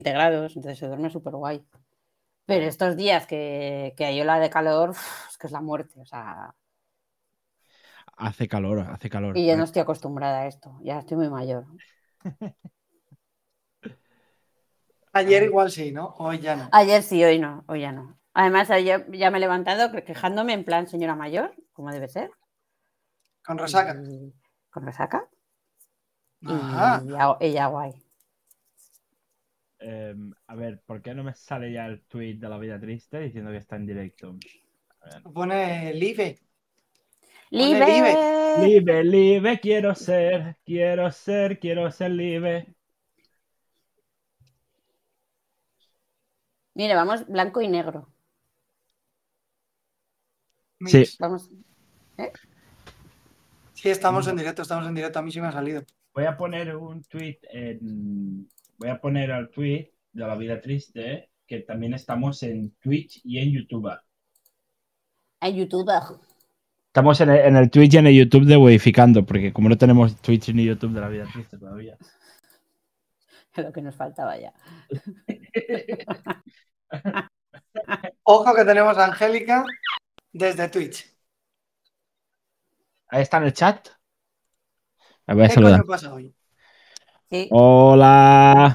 grados, entonces se duerme súper guay. Pero estos días que hay ola de calor, es que es la muerte, o sea... Hace calor. Y yo no estoy acostumbrada a esto, ya estoy muy mayor. Ayer igual sí, ¿no? Hoy ya no. Ayer sí, hoy no, hoy ya no. Además, ayer ya me he levantado quejándome en plan señora mayor, como debe ser. ¿Con resaca? Con resaca. Ajá. Y ya guay. A ver, ¿por qué no me sale ya el tweet de La Vida Triste diciendo que está en directo? Pone live. Live, quiero ser live. Mire, vamos blanco y negro. Sí. Vamos. Sí, estamos en directo. A mí sí me ha salido. Voy a poner un tweet Voy a poner al tweet de La Vida Triste que también estamos en Twitch y en YouTube. En YouTube. Estamos en el Twitch y en el YouTube de Wodificando, porque como no tenemos Twitch ni YouTube de La Vida Triste todavía. Es lo que nos faltaba ya. Ojo que tenemos a Angélica desde Twitch. Ahí está en el chat. Me voy a ¿Qué saludar. coño pasa hoy? Sí. Hola.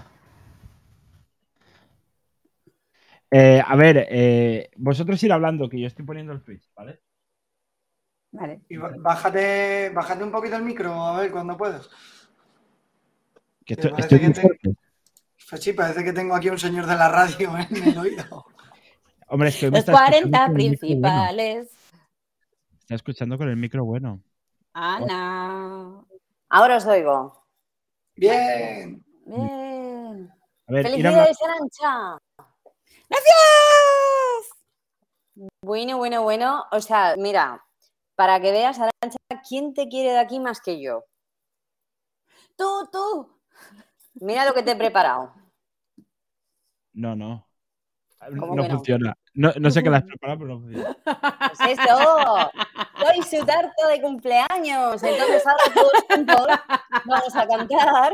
A ver, vosotros ir hablando, que yo estoy poniendo el Twitch, ¿vale? Vale. Y bájate un poquito el micro, a ver cuando puedas. Que estoy muy fuerte. Pues sí, parece que tengo aquí un señor de la radio en el oído. Hombre, es que Los 40 principales. Está escuchando con el micro bueno. Ana. Ahora os oigo. Bien. Bien. A ver, ¡Felicidades, Arantxa! ¡Gracias! Bueno. O sea, mira, para que veas, Arantxa, ¿quién te quiere de aquí más que yo? Tú. Mira lo que te he preparado. No. ¿Cómo No que no? funciona. No sé qué la has preparado, pero no funciona. Pues eso, soy su tarta de cumpleaños. Entonces ahora todos juntos vamos a cantar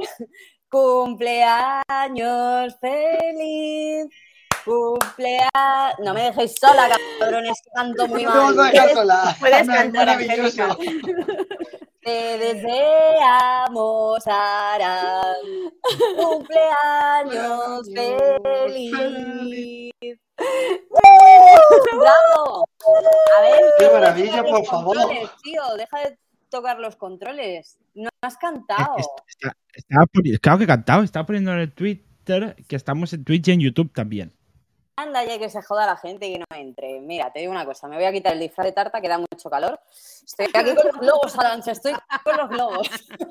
cumpleaños feliz, cumpleaños... No me dejéis sola, cabrones, que canto muy mal. No te vas a dejar sola. Puedes No, es cantar, maravilloso. Angélica. Te deseamos, Aran, cumpleaños feliz. ¡Bravo! A ver, ¡Qué deja de maravilla, tocar por los favor! controles, tío, deja de tocar los controles. No has cantado. Claro que he cantado. Estaba poniendo en el Twitter que estamos en Twitch y en YouTube también. Anda ya que se joda la gente y que no entre. Mira, te digo una cosa, me voy a quitar el disfraz de tarta que da mucho calor. Estoy aquí con los globos, Arantxa, estoy con los globos.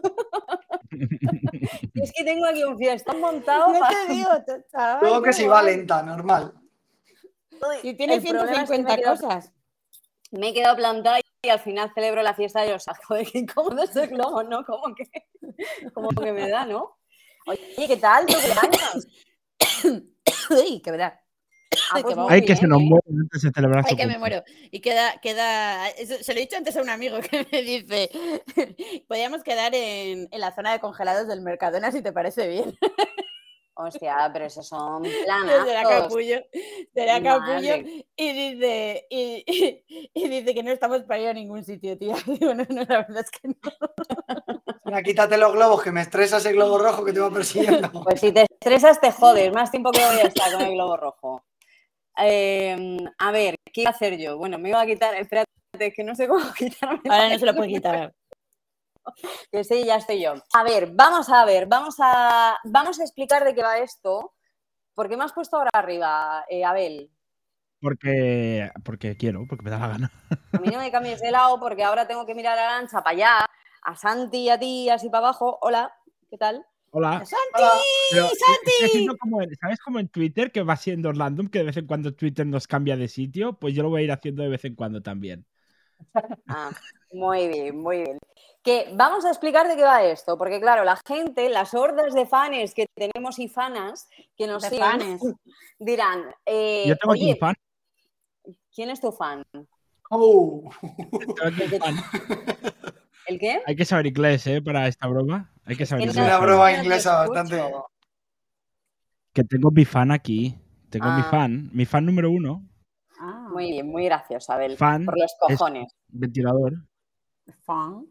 Es que tengo aquí un fiestón montado. No te digo, chaval. Luego que si va lenta, normal. Y tiene El problema es que 150 cosas. Me he quedado plantada y al final celebro la fiesta de los joder, qué incómodo ese globo, ¿no? Como que me da, ¿no? Oye, ¿qué tal? ¿Tú qué años? Uy, qué verdad. Pues Hay que se nos muere antes de celebrar su Ay, que me cumple. muero. Y queda. Se lo he dicho antes a un amigo que me dice: podríamos quedar en la zona de congelados del Mercadona si te parece bien. Hostia, pero esos son planazos. Será capullo. Y dice que no estamos para ir a ningún sitio, tío. Digo, no, la verdad es que no. Mira, quítate los globos, que me estresa ese globo rojo que te va persiguiendo. Pues si te estresas, te jodes. Más tiempo que voy a estar con el globo rojo. A ver, ¿qué iba a hacer yo? Bueno, me iba a quitar... Espérate, que no sé cómo quitarme. Ahora no se lo puede quitar. Que sí, ya estoy yo. A ver, vamos a explicar de qué va esto. ¿Por qué me has puesto ahora arriba, Abel? Porque quiero, porque me da la gana. A mí no me cambies de lado porque ahora tengo que mirar a Arantxa para allá, a Santi y a ti, así para abajo. Hola, ¿qué tal? Hola. ¡Santi! ¿Sabes como en Twitter que va siendo random, que de vez en cuando Twitter nos cambia de sitio? Pues yo lo voy a ir haciendo de vez en cuando también. Ah, muy bien. Que vamos a explicar de qué va esto, porque claro, la gente, las hordas de fans que tenemos y fanas que nos siguen, dirán, yo tengo aquí oye, un fan. ¿Quién es tu fan? Oh. ¿El qué? Hay que saber inglés, para esta broma. Hay que saber Es inglés. una broma inglesa bastante. Que tengo mi fan aquí. Tengo Ah. mi fan número 1. Muy bien, muy gracioso, Abel. Fan Por los es cojones. ventilador. Fan.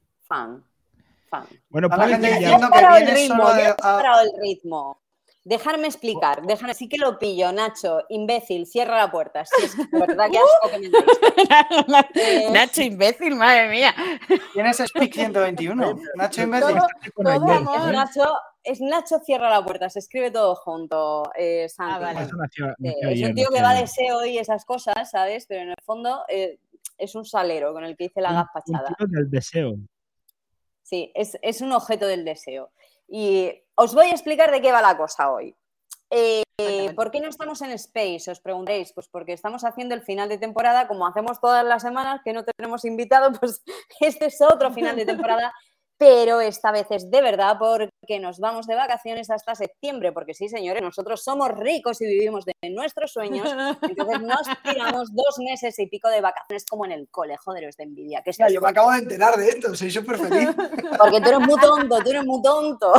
Bueno, A la puede gente que diciendo ya... que parado el vienes ritmo, solo ya a... has parado el ritmo. Dejarme explicar, sí que lo pillo, Nacho, imbécil, cierra la puerta. Si es que de verdad que asco que me dais. Nacho, imbécil, madre mía. Tienes Speak 121. Nacho imbécil. Todo amor. Es Nacho, cierra la puerta, se escribe todo junto, Santi. Vale. Eso nació Es un ayer, tío que nació va ayer. de SEO y esas cosas, ¿sabes? Pero en el fondo es un salero con el que hice la Un gazpachada. tío del deseo. Sí, es un objeto del deseo. Y os voy a explicar de qué va la cosa hoy. ¿Por qué no estamos en Space? Os preguntéis. Pues porque estamos haciendo el final de temporada, como hacemos todas las semanas, que no tenemos invitado, pues este es otro final de temporada, pero esta vez es de verdad porque nos vamos de vacaciones hasta septiembre, porque sí, señores, nosotros somos ricos y vivimos de nuestros sueños, entonces nos tiramos 2 meses y pico de vacaciones como en el cole, joder, es de envidia. Que Yo me acabo de enterar de esto, soy súper feliz. Porque tú eres muy tonto.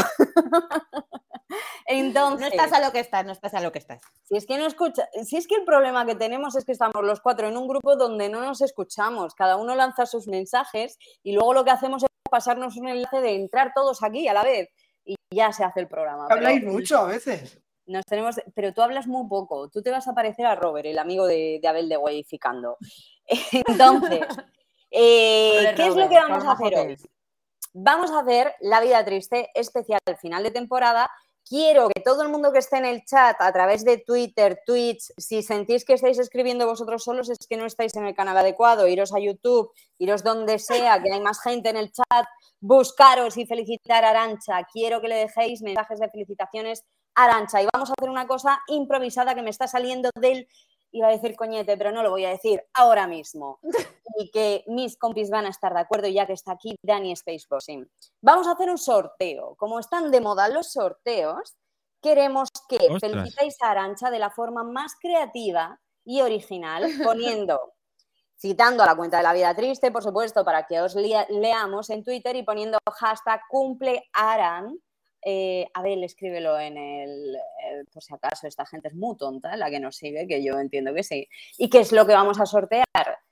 Entonces, no estás a lo que estás. Si es que el problema que tenemos es que estamos los 4 en un grupo donde no nos escuchamos, cada uno lanza sus mensajes y luego lo que hacemos es pasarnos un enlace de entrar todos aquí a la vez y ya se hace el programa. Habláis mucho a veces. Pero tú hablas muy poco, tú te vas a parecer a Robert, el amigo de Abel de Guayificando. Entonces, ¿qué es lo que vamos a hacer hoy? Vamos a hacer La Vida Triste especial final de temporada. Quiero que todo el mundo que esté en el chat a través de Twitter, Twitch, si sentís que estáis escribiendo vosotros solos es que no estáis en el canal adecuado, iros a YouTube, iros donde sea, que hay más gente en el chat, buscaros y felicitar a Arantxa. Quiero que le dejéis mensajes de felicitaciones a Arantxa. Y vamos a hacer una cosa improvisada que me está saliendo del... Iba a decir coñete, pero no lo voy a decir ahora mismo. Y que mis compis van a estar de acuerdo ya que está aquí Dani Spacebossing. Vamos a hacer un sorteo. Como están de moda los sorteos, queremos que felicitéis a Arantxa de la forma más creativa y original, citando a la cuenta de La Vida Triste, por supuesto, para que os leamos en Twitter y poniendo hashtag cumplearan. Abel, escríbelo en por si acaso, esta gente es muy tonta, la que nos sigue, que yo entiendo que sí. ¿Y qué es lo que vamos a sortear?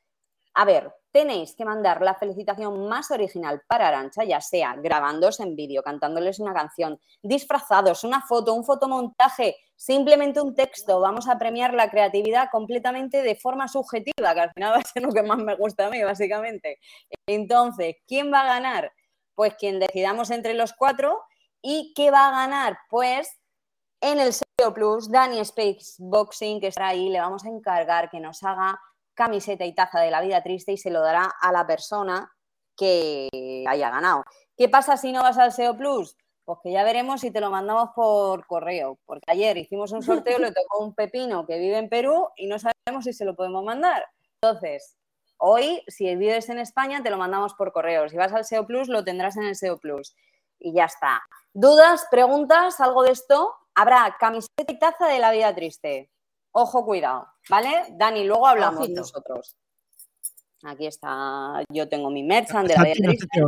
A ver, tenéis que mandar la felicitación más original para Arantxa, ya sea grabándoos en vídeo, cantándoles una canción, disfrazados, una foto, un fotomontaje, simplemente un texto. Vamos a premiar la creatividad completamente de forma subjetiva, que al final va a ser lo que más me gusta a mí, básicamente. Entonces, ¿quién va a ganar? Pues quien decidamos entre los 4. ¿Y qué va a ganar? Pues en el SEO Plus, Dani Spacebossing, que estará ahí, le vamos a encargar que nos haga camiseta y taza de La Vida Triste y se lo dará a la persona que haya ganado. ¿Qué pasa si no vas al SEO Plus? Pues que ya veremos si te lo mandamos por correo, porque ayer hicimos un sorteo, le tocó un pepino que vive en Perú y no sabemos si se lo podemos mandar. Entonces, hoy, si vives en España, te lo mandamos por correo. Si vas al SEO Plus, lo tendrás en el SEO Plus. Y ya está. ¿Dudas? ¿Preguntas? ¿Algo de esto? Habrá camiseta y taza de La Vida Triste. Ojo, cuidado, ¿vale? Dani, luego hablamos Ojito. nosotros. Aquí está, yo tengo mi merchant de La Vida Triste.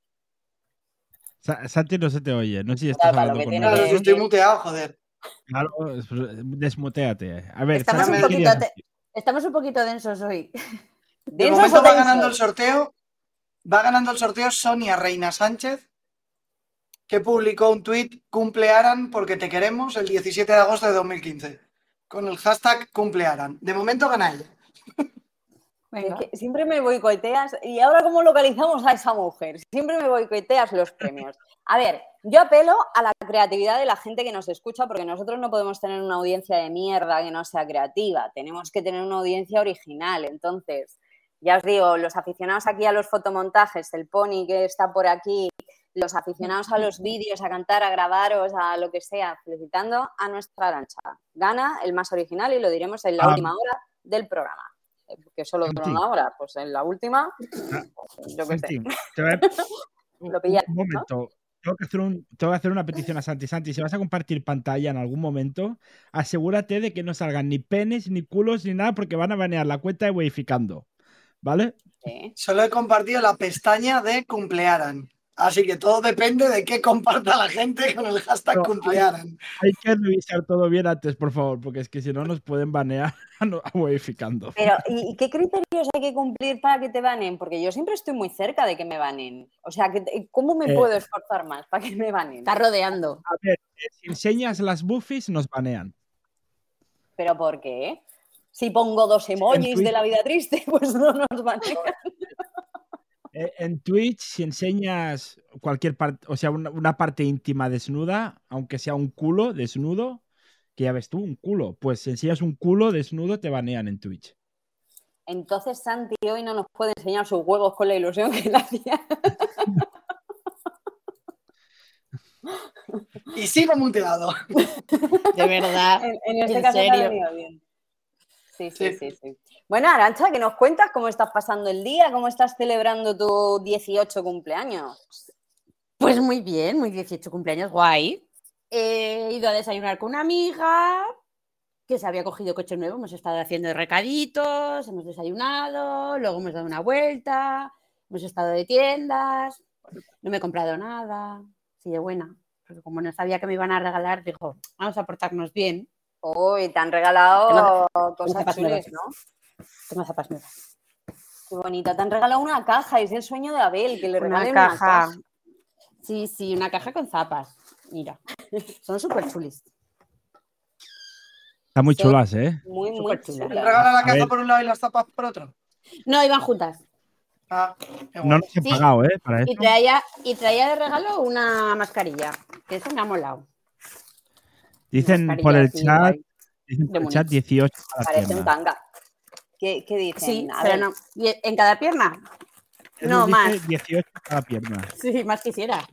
Santi no se te oye. No sé si estás hablando con nosotros. Claro, si estoy muteado, joder. Claro, desmuteate. A ver, Estamos un poquito densos hoy. De momento va ganando el sorteo. Va ganando el sorteo Sonia Reina Sánchez, que publicó un tuit cumplearan porque te queremos el 17 de agosto de 2015 con el hashtag cumplearan. De momento gana ella. Es que siempre me boicoteas y ahora ¿cómo localizamos a esa mujer? Siempre me boicoteas los premios. A ver, yo apelo a la creatividad de la gente que nos escucha porque nosotros no podemos tener una audiencia de mierda que no sea creativa, tenemos que tener una audiencia original. Entonces, ya os digo, los aficionados aquí a los fotomontajes, el Pony que está por aquí, los aficionados a los vídeos, a cantar, a grabaros, a lo que sea, felicitando a nuestra Arantxa. Gana el más original y lo diremos en la última hora del programa. Que solo dura una hora, pues en la última, yo qué sé. Lo pillaron, un momento, ¿no? Tengo que hacer una petición a Santi. Santi, si vas a compartir pantalla en algún momento, asegúrate de que no salgan ni penes, ni culos, ni nada, porque van a banear la cuenta de Weificando, ¿vale? Sí. Solo he compartido la pestaña de cumplearan. Así que todo depende de qué comparta la gente con el hashtag cumplearan. Hay que revisar todo bien antes, por favor, porque es que si no nos pueden banear a Wayificando. Pero, ¿y qué criterios hay que cumplir para que te banen? Porque yo siempre estoy muy cerca de que me banen. O sea, ¿cómo me puedo esforzar más para que me banen? Está rodeando. A ver, si enseñas las buffies, nos banean. ¿Pero por qué? Si pongo 2 emojis de la vida triste, pues no nos banean. En Twitch, si enseñas cualquier parte, o sea, una parte íntima desnuda, aunque sea un culo desnudo, que ya ves tú, un culo, pues si enseñas un culo desnudo, te banean en Twitch. Entonces Santi hoy no nos puede enseñar sus huevos con la ilusión que le hacía. Y sigo muteado. De verdad. En este caso te ha venido bien. Sí. Bueno, Arantxa, ¿qué nos cuentas? ¿Cómo estás pasando el día? ¿Cómo estás celebrando tu 18 cumpleaños? Pues muy bien, muy 18 cumpleaños, guay. He ido a desayunar con una amiga que se había cogido coche nuevo, hemos estado haciendo recaditos, hemos desayunado, luego hemos dado una vuelta, hemos estado de tiendas, no me he comprado nada, sí de buena, porque como no sabía que me iban a regalar, dijo, vamos a portarnos bien. Uy, te han regalado cosas chulas, ¿no? Tengo zapas nuevas. Qué bonita, te han regalado una caja, es el sueño de Abel, que le regalen una caja. Sí, una caja con zapas, mira, son súper chulis. Están muy chulas, ¿eh? Muy chulas. ¿Te regala la caja por un lado y las zapas por otro? No, iban juntas. No nos he pagado, ¿eh? Para eso. Y traía de regalo una mascarilla, que eso me ha molado. Dicen por el chat 18 cada Parece pierna. un tanga. ¿Qué dicen? Sí, pero no. ¿Y en cada pierna? No, más. 18 cada pierna. Sí, más quisiera.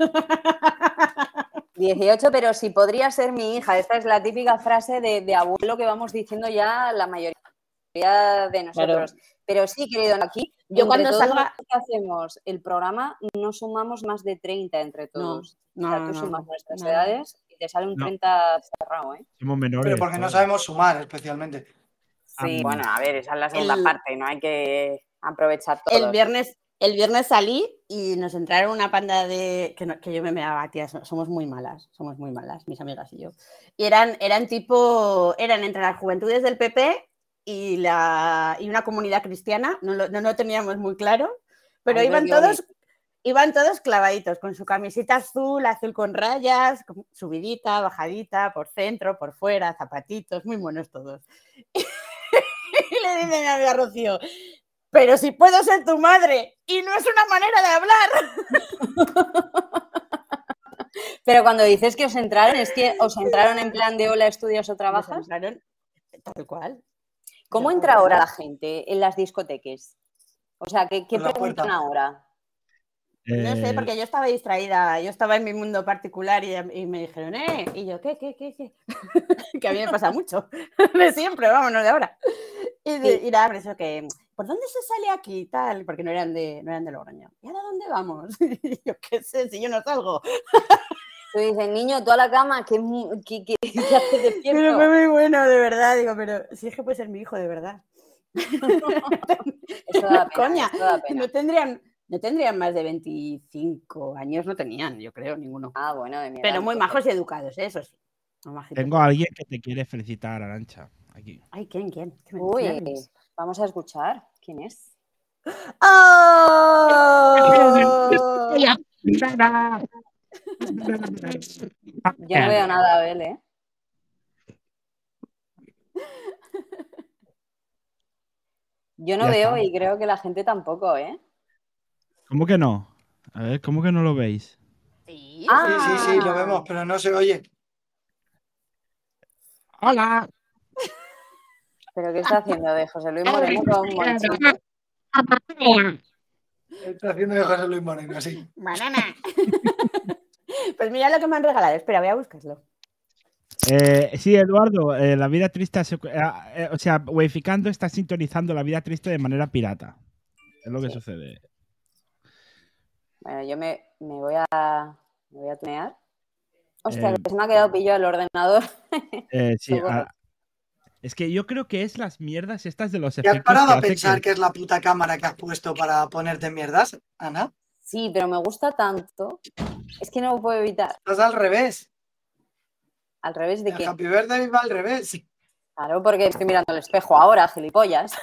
18, pero sí podría ser mi hija. Esta es la típica frase de abuelo que vamos diciendo ya la mayoría de nosotros. Claro. Pero sí, querido, aquí, yo cuando salga que hacemos el programa, no sumamos más de 30 entre todos. No, o sea, tú sumas nuestras edades y te sale un 30 cerrado, ¿eh? Somos menores. Pero porque no sabemos sumar especialmente. Sí, bueno, a ver, esa es la segunda parte, no hay que aprovechar todo. El viernes salí y nos entraron una panda de... que yo me daba, tía, somos muy malas, mis amigas y yo. Y eran entre las juventudes del PP y una comunidad cristiana, no lo teníamos muy claro, pero iban todos clavaditos, con su camiseta azul con rayas, subidita, bajadita, por centro, por fuera, zapatitos, muy buenos todos. Y le dice a mi amiga Rocío, pero si puedo ser tu madre y no es una manera de hablar. Pero cuando dices que os entraron, ¿es que os entraron en plan de hola, estudias o trabajas? Nos entraron tal cual. ¿Cómo entra ahora la gente en las discotecas? O sea, ¿qué preguntan ahora? No sé, porque yo estaba distraída, yo estaba en mi mundo particular y me dijeron, y yo, ¿qué? Que a mí me pasa mucho, de siempre, vámonos de ahora. Y nada, por eso que, ¿por dónde se sale aquí? Tal, porque no eran de Logroño. ¿Y ahora dónde vamos? Y yo, qué sé, si yo no salgo. Tú dices, niño, tú a la cama, ¿qué haces despierto? Pero fue muy bueno, de verdad, digo, pero si es que puede ser mi hijo, de verdad. Eso da pena, coña, eso da pena. No tendrían más de 25 años, no tenían, yo creo, ninguno. Ah, bueno, de mi edad. Pero muy majos y educados, eso sí. Tengo a alguien que te quiere felicitar, Arantxa. Aquí. Ay, ¿quién? Uy, vamos a escuchar. ¿Quién es? ¡Oh! Yo no veo nada, Abel, ¿eh? Yo no veo y creo que la gente tampoco, ¿eh? ¿Cómo que no? A ver, ¿cómo que no lo veis? Sí, sí, lo vemos, pero no se oye. ¡Hola! ¿Pero qué está haciendo de José Luis Moreno con un monchito? Está haciendo de José Luis Moreno, sí. Banana. Pues mira lo que me han regalado. Espera, voy a buscarlo. Sí, Eduardo, la vida triste, o sea, Wayificando está sintonizando la vida triste de manera pirata. Es lo que sucede. Bueno, yo me voy a tunear. Hostia, que se me ha quedado pillo el ordenador. Sí, es que yo creo que es las mierdas estas de los ¿Te efectos. has parado a pensar que es la puta cámara que has puesto para ponerte mierdas, Ana? Sí, pero me gusta tanto. Es que no lo puedo evitar. Estás al revés. ¿Al revés de qué? Happy Birthday va al revés. Claro, porque estoy mirando al espejo ahora, gilipollas.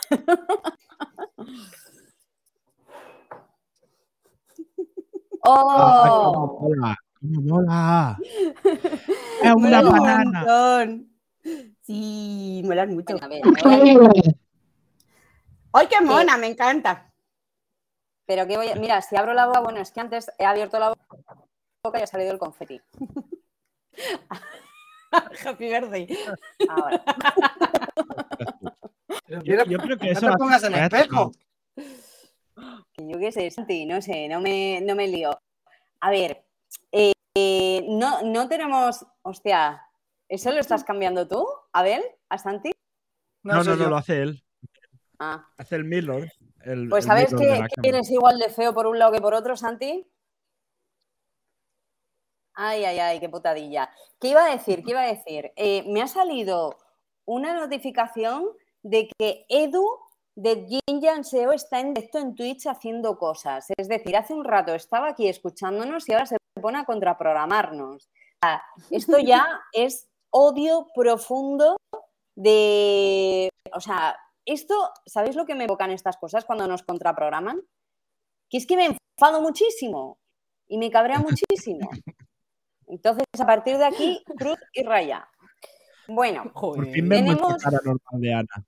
¡Oh! ¡Cómo mola! ¡Es una Molan un banana! montón. Sí, molan mucho. Venga, a ver, me voy a- ¡Ay, qué mona! Me encanta. Pero que voy a... Mira, si abro la boca, bueno, es que antes he abierto la boca y ha salido el confeti. Happy birthday. Ahora. Yo creo que No eso te pongas en espejo. Yo qué sé, Santi, no sé, no me lío. A ver, no tenemos... Hostia, ¿eso lo estás cambiando tú, Abel, a Santi? No, soy yo. lo hace él. Ah. Hace el mirror. Pues ¿sabes que eres igual de feo por un lado que por otro, Santi? Ay, qué putadilla. ¿Qué iba a decir? Me ha salido una notificación de que Edu de Yin SEO está en directo en Twitch haciendo cosas. Es decir, hace un rato estaba aquí escuchándonos y ahora se pone a contraprogramarnos. O sea, esto ya es odio profundo de... O sea, esto, ¿sabéis lo que me evocan estas cosas cuando nos contraprograman? Que es que me enfado muchísimo y me cabrea muchísimo. Entonces, a partir de aquí, cruz y raya. Bueno, por fin vemos la cara normal de Ana.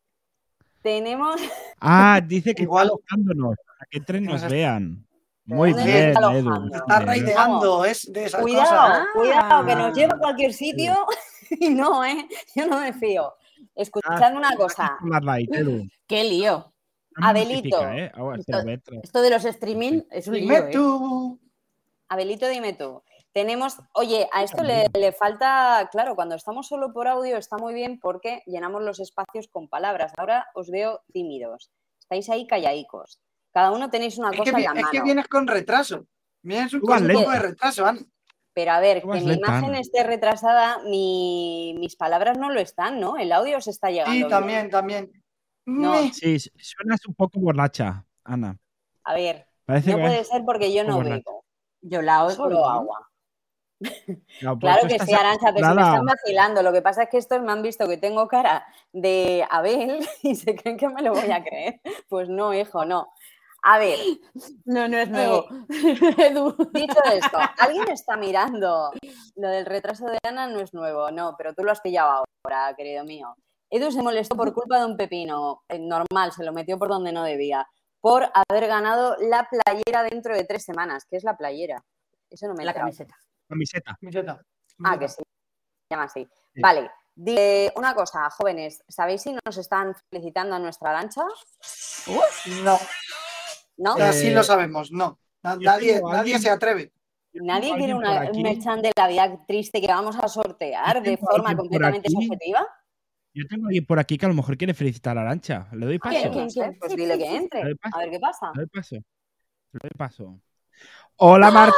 Dice que igual está alojándonos para que entren y nos vean. Muy ¿Dónde bien, está Edu. alojando? Está raideando, es de esas Cuidado, cosas. cuidado, que nos lleva a cualquier sitio y no, yo no me fío. Escuchadme una cosa. ¡Qué lío! Abelito. Esto de los streaming es un lío, Dime tú. Abelito, dime tú. Oye, a esto le falta, claro, cuando estamos solo por audio está muy bien porque llenamos los espacios con palabras. Ahora os veo tímidos. Estáis ahí calladicos. Cada uno tenéis una cosa en la mano. Es que vienes con retraso. Vienes con un poco de retraso, Ana. Pero a ver, que mi imagen esté retrasada, mis palabras no lo están, ¿no? El audio se está llegando. Sí, también. No. Sí, suenas un poco borracha, Ana. A ver, no puede ser porque yo no bebo. Yo la oigo solo bien. agua. No, claro que sí, Arantxa, pero se me están vacilando. Lo que pasa es que estos me han visto que tengo cara de Abel y se creen que me lo voy a creer. Pues no, hijo, no. A ver. No es nuevo. Dicho esto, ¿alguien está mirando? Lo del retraso de Ana no es nuevo, no, pero tú lo has pillado ahora, querido mío. Edu se molestó por culpa de un pepino. Normal, se lo metió por donde no debía. Por haber ganado la playera dentro de 3 semanas. ¿Qué es la playera? Eso no me la camiseta. Camiseta. Que sí, se llama así. Sí. Vale, una cosa, jóvenes, ¿sabéis si nos están felicitando a nuestra Arantxa? No. ¿No? Así lo sabemos, no. Nadie se atreve. ¿Nadie quiere un merchan de la vida triste que vamos a sortear de forma completamente subjetiva? Yo tengo alguien por aquí que a lo mejor quiere felicitar a Arantxa. ¿Le doy paso? Pues dile que entre. A ver qué pasa. Le doy paso. Hola, Marta.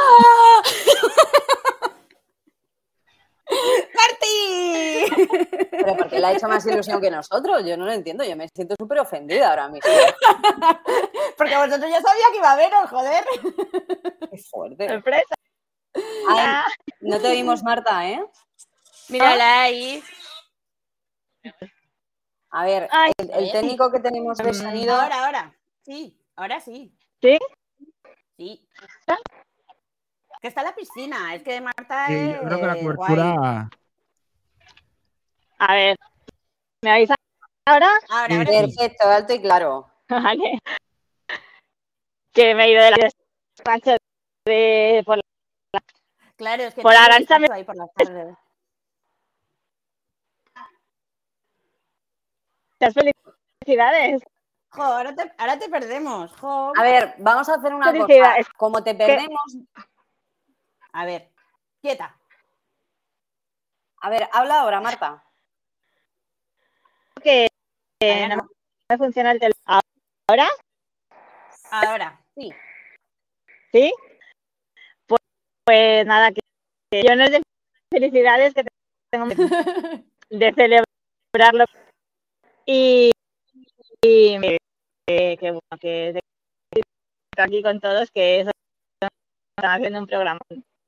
¡Marti! Pero ¿por qué le ha hecho más ilusión que nosotros? Yo no lo entiendo, yo me siento súper ofendida ahora mismo. Porque vosotros ya sabía que iba a veros, joder. Qué fuerte. Sorpresa. Ay, no te oímos, Marta, ¿eh? Mírala ahí. A ver, el técnico que tenemos de sonido... Ahora. Sí, ahora sí. ¿Sí? Sí. Que está en la piscina, es que Marta sí, es... yo creo que la cobertura... Guay. A ver, ¿me avisa ahora? Ahora. Perfecto, alto y claro. Vale. Que me he ido de la despacho por la... Claro, es que... Por Arantxa ahí por las tardes. Muchas felicidades. Jo, ahora te perdemos. Jo. A ver, vamos a hacer una cosa. Como te perdemos... A ver, quieta. A ver, habla ahora, Marta. Que no me funciona el teléfono. ¿Ahora? Ahora, sí. ¿Sí? Pues nada, que yo no es de felicidades que tengo de celebrarlo. Y que bueno, que aquí con todos, que eso están haciendo un programa.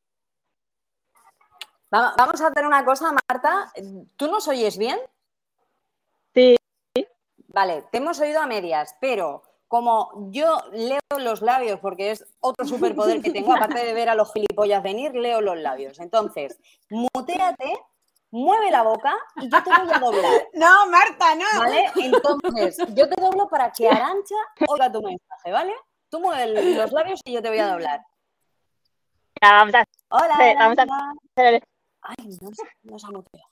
Vamos a hacer una cosa, Marta. ¿Tú nos oyes bien? Sí. Vale, te hemos oído a medias, pero como yo leo los labios, porque es otro superpoder que tengo, aparte de ver a los gilipollas venir, leo los labios. Entonces, muteate, mueve la boca y yo te voy a doblar. No, Marta, no. ¿Vale? Entonces, yo te doblo para que Arantxa oiga tu mensaje, ¿vale? Tú mueve los labios y yo te voy a doblar. Ya, vamos a Hola, hacer el... Ay, no se ha muteado.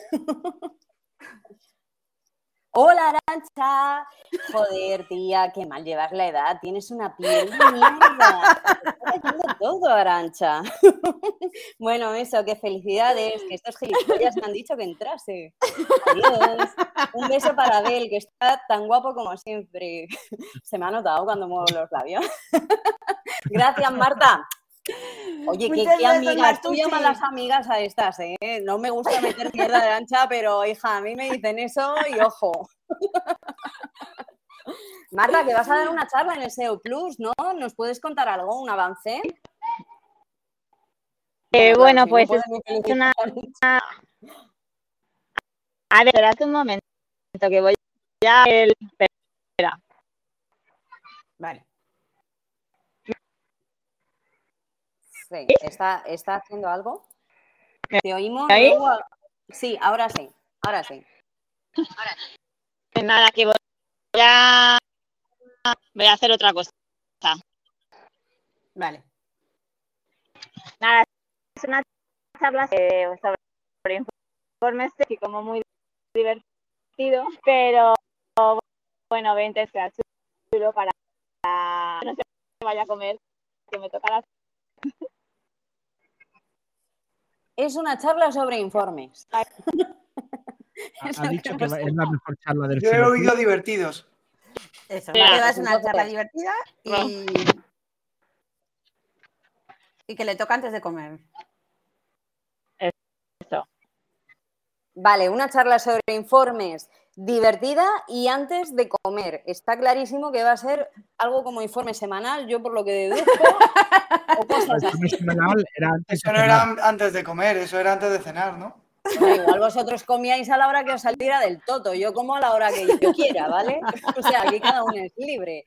Hola, Arantxa. Joder, tía, qué mal llevas la edad. Tienes una piel de mierda. Te está haciendo todo, Arantxa. Bueno, eso, qué felicidades. Que estos gilipollas me han dicho que entrase. Adiós. Un beso para Abel, que está tan guapo como siempre. Se me ha notado cuando muevo los labios. Gracias, Marta. Oye, qué amigas, tú llamas las amigas a estas, ¿eh? No me gusta meter mierda de Arantxa, pero hija, a mí me dicen eso y ojo. Marta, que vas a dar una charla en el SEO Plus, ¿no? ¿Nos puedes contar algo, un avance? Bueno, si pues no es una... A ver, espérate un momento, que voy ya el... Espera. Vale. Sí, ¿está haciendo algo? ¿Te oímos? ¿Ahí? Sí, ahora sí, ahora sí. Nada, que voy a hacer otra cosa. Vale. Nada, es una charla sobre informes y como muy divertido, pero bueno, vente, sea chulo para que no se vaya a comer, que me toca la... Es una charla sobre informes. Ha dicho que es la mejor charla del Yo he SEO oído Plus. divertidos. Eso, Claro, que va a ser una charla divertida y que le toca antes de comer. Eso. Vale, una charla sobre informes divertida y antes de comer. Está clarísimo que va a ser algo como informe semanal, yo por lo que deduzco. O cosas así. Eso no era antes de comer, eso era antes de cenar, ¿no? Bueno, igual vosotros comíais a la hora que os saliera del toto, yo como a la hora que yo quiera, ¿vale? O sea, aquí cada uno es libre.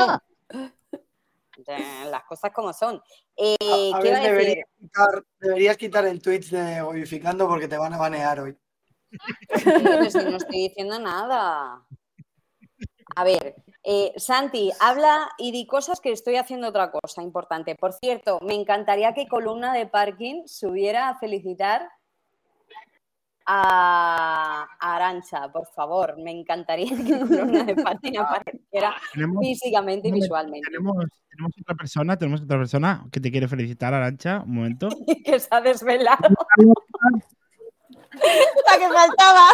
Las cosas como son. A ¿Qué ver, iba a decir? deberías quitar el Twitch de Modificando porque te van a banear hoy. Pero si no estoy diciendo nada. A ver, Santi, habla y di cosas que estoy haciendo otra cosa importante. Por cierto, me encantaría que Columna de Parking subiera a felicitar a Arantxa, por favor. Me encantaría que Columna de Parking apareciera físicamente y visualmente. Tenemos otra persona que te quiere felicitar, Arantxa. Un momento. Que se ha desvelado. La que faltaba.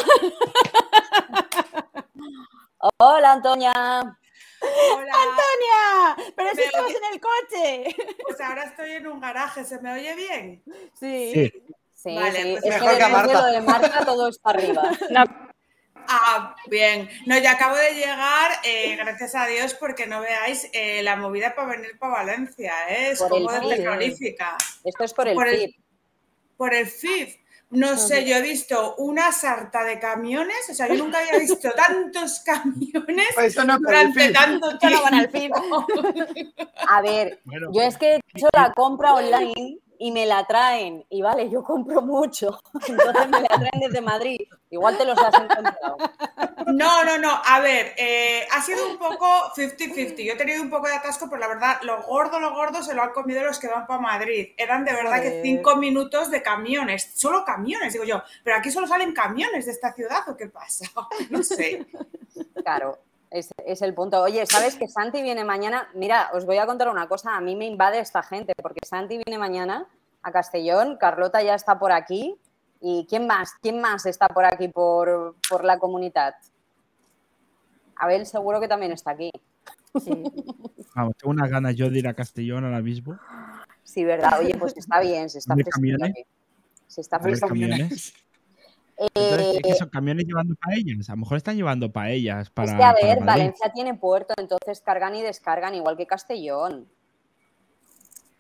Hola, Antonia. Hola. ¡Antonia! ¡Pero si estamos en el coche! Pues ahora estoy en un garaje, ¿se me oye bien? Sí. Sí, Vale, sí. pues Es mejor que que a después de Marta. lo de Marta todo es para arriba. Ah, bien. No, ya acabo de llegar, gracias a Dios, porque no veáis la movida para venir para Valencia, ¿eh? Es Por como el de FIF. terrorífica. Esto es por el FIF. Por el FIF. No sé, yo he visto una sarta de camiones, o sea, yo nunca había visto tantos camiones Eso no es por el durante FIF. tanto tiempo. van al FIF. A ver, Bueno, yo es que he hecho la compra online y me la traen. Y vale, yo compro mucho. Entonces me la traen desde Madrid. Igual te los has encontrado. No. A ver, ha sido un poco 50-50. Yo he tenido un poco de atasco, pero la verdad, lo gordo se lo han comido los que van para Madrid. Eran de verdad que 5 minutos de camiones. Solo camiones, digo yo. Pero aquí solo salen camiones de esta ciudad, ¿o qué pasa? No sé. Claro, es el punto. Oye, ¿sabes que Santi viene mañana? Mira, os voy a contar una cosa. A mí me invade esta gente, porque Santi viene mañana a Castellón, Carlota ya está por aquí. ¿Y quién más está por aquí por la comunidad? Abel seguro que también está aquí. Sí. Vamos, tengo unas ganas yo de ir a Castellón ahora mismo. Sí, ¿verdad? Oye, pues está bien, se está fresquito aquí. Se está fresquito. Camiones. Entonces, ¿qué son camiones llevando paellas? A lo mejor están llevando paellas para. Es que, a ver, para Madrid. Valencia tiene puerto, entonces cargan y descargan igual que Castellón.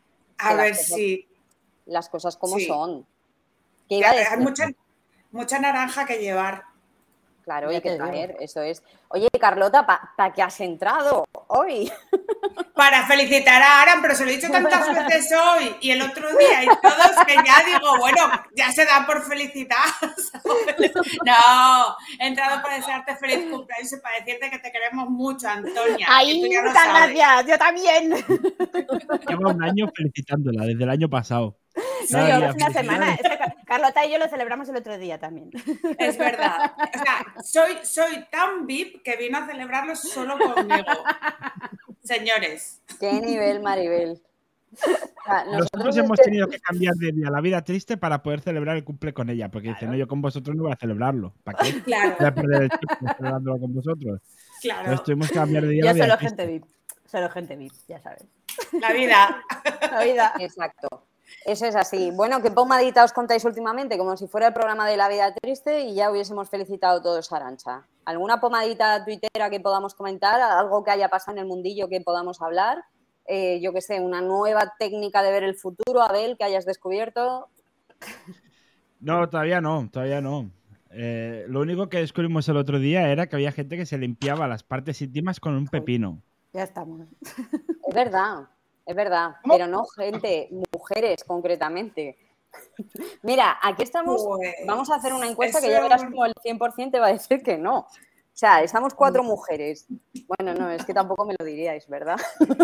A ver si... Las cosas como son. ¿Qué iba a decir? Hay mucha naranja que llevar. Claro, hay que traer, eso es. Oye, Carlota, ¿para qué has entrado hoy? Para felicitar a Aran, pero se lo he dicho tantas veces hoy y el otro día y todos que ya digo, bueno, ya se da por felicitar, ¿sabes? No, he entrado para desearte feliz cumpleaños y para decirte que te queremos mucho, Antonia. ¡Ay, muchas gracias! ¡Yo también! Llevo un año felicitándola, desde el año pasado. No, llevamos una semana. Es que Carlota y yo lo celebramos el otro día también. Es verdad. O sea, soy tan VIP que vino a celebrarlo solo conmigo. Señores. ¿Qué nivel, Maribel? Nosotros hemos tenido que cambiar de día la vida triste para poder celebrar el cumple con ella, porque dice, no, yo con vosotros no voy a celebrarlo. ¿Para qué? Claro. Voy a perder el tiempo celebrándolo con vosotros. Claro. Entonces tuvimos que cambiar de día yo la vida solo triste. gente VIP. Solo gente VIP, ya sabes. La vida. La vida. Exacto. Eso es así. Bueno, ¿qué pomadita os contáis últimamente? Como si fuera el programa de La Vida Triste y ya hubiésemos felicitado todos a Arantxa. ¿Alguna pomadita tuitera que podamos comentar? ¿Algo que haya pasado en el mundillo que podamos hablar? Yo qué sé, una nueva técnica de ver el futuro, Abel, que hayas descubierto. No, todavía no. Lo único que descubrimos el otro día era que había gente que se limpiaba las partes íntimas con un pepino. Ya estamos. Es verdad. Pero no gente, mujeres concretamente. Mira, aquí estamos, vamos a hacer una encuesta que ya verás como el 100% te va a decir que no. O sea, estamos 4 mujeres. Bueno, no, es que tampoco me lo diríais, ¿verdad?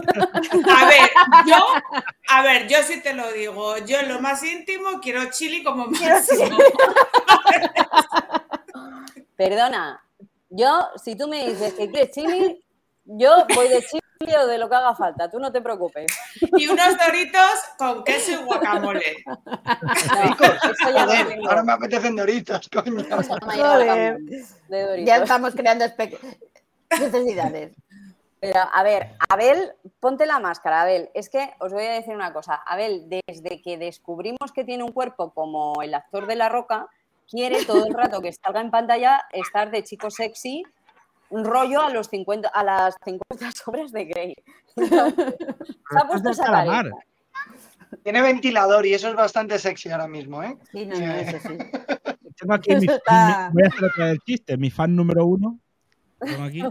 A ver, yo sí te lo digo. Yo en lo más íntimo quiero chili como máximo. Perdona, yo, si tú me dices que quieres chili, yo voy de chili o de lo que haga falta, tú no te preocupes. Y unos Doritos con queso y guacamole. No, eso ya Joder, ahora me apetecen Doritos, coño. Ya estamos creando necesidades. Pero, a ver, Abel, ponte la máscara, Abel. Es que os voy a decir una cosa. Abel, desde que descubrimos que tiene un cuerpo como el actor de La Roca, quiere todo el rato que salga en pantalla estar de chico sexy, un rollo a las 50 sombras de Grey. Se ha puesto esa careta. Tiene ventilador y eso es bastante sexy ahora mismo, ¿eh? Sí, no, eso sí. Tengo aquí voy a hacer otra vez el chiste. Mi fan número 1. Tengo aquí.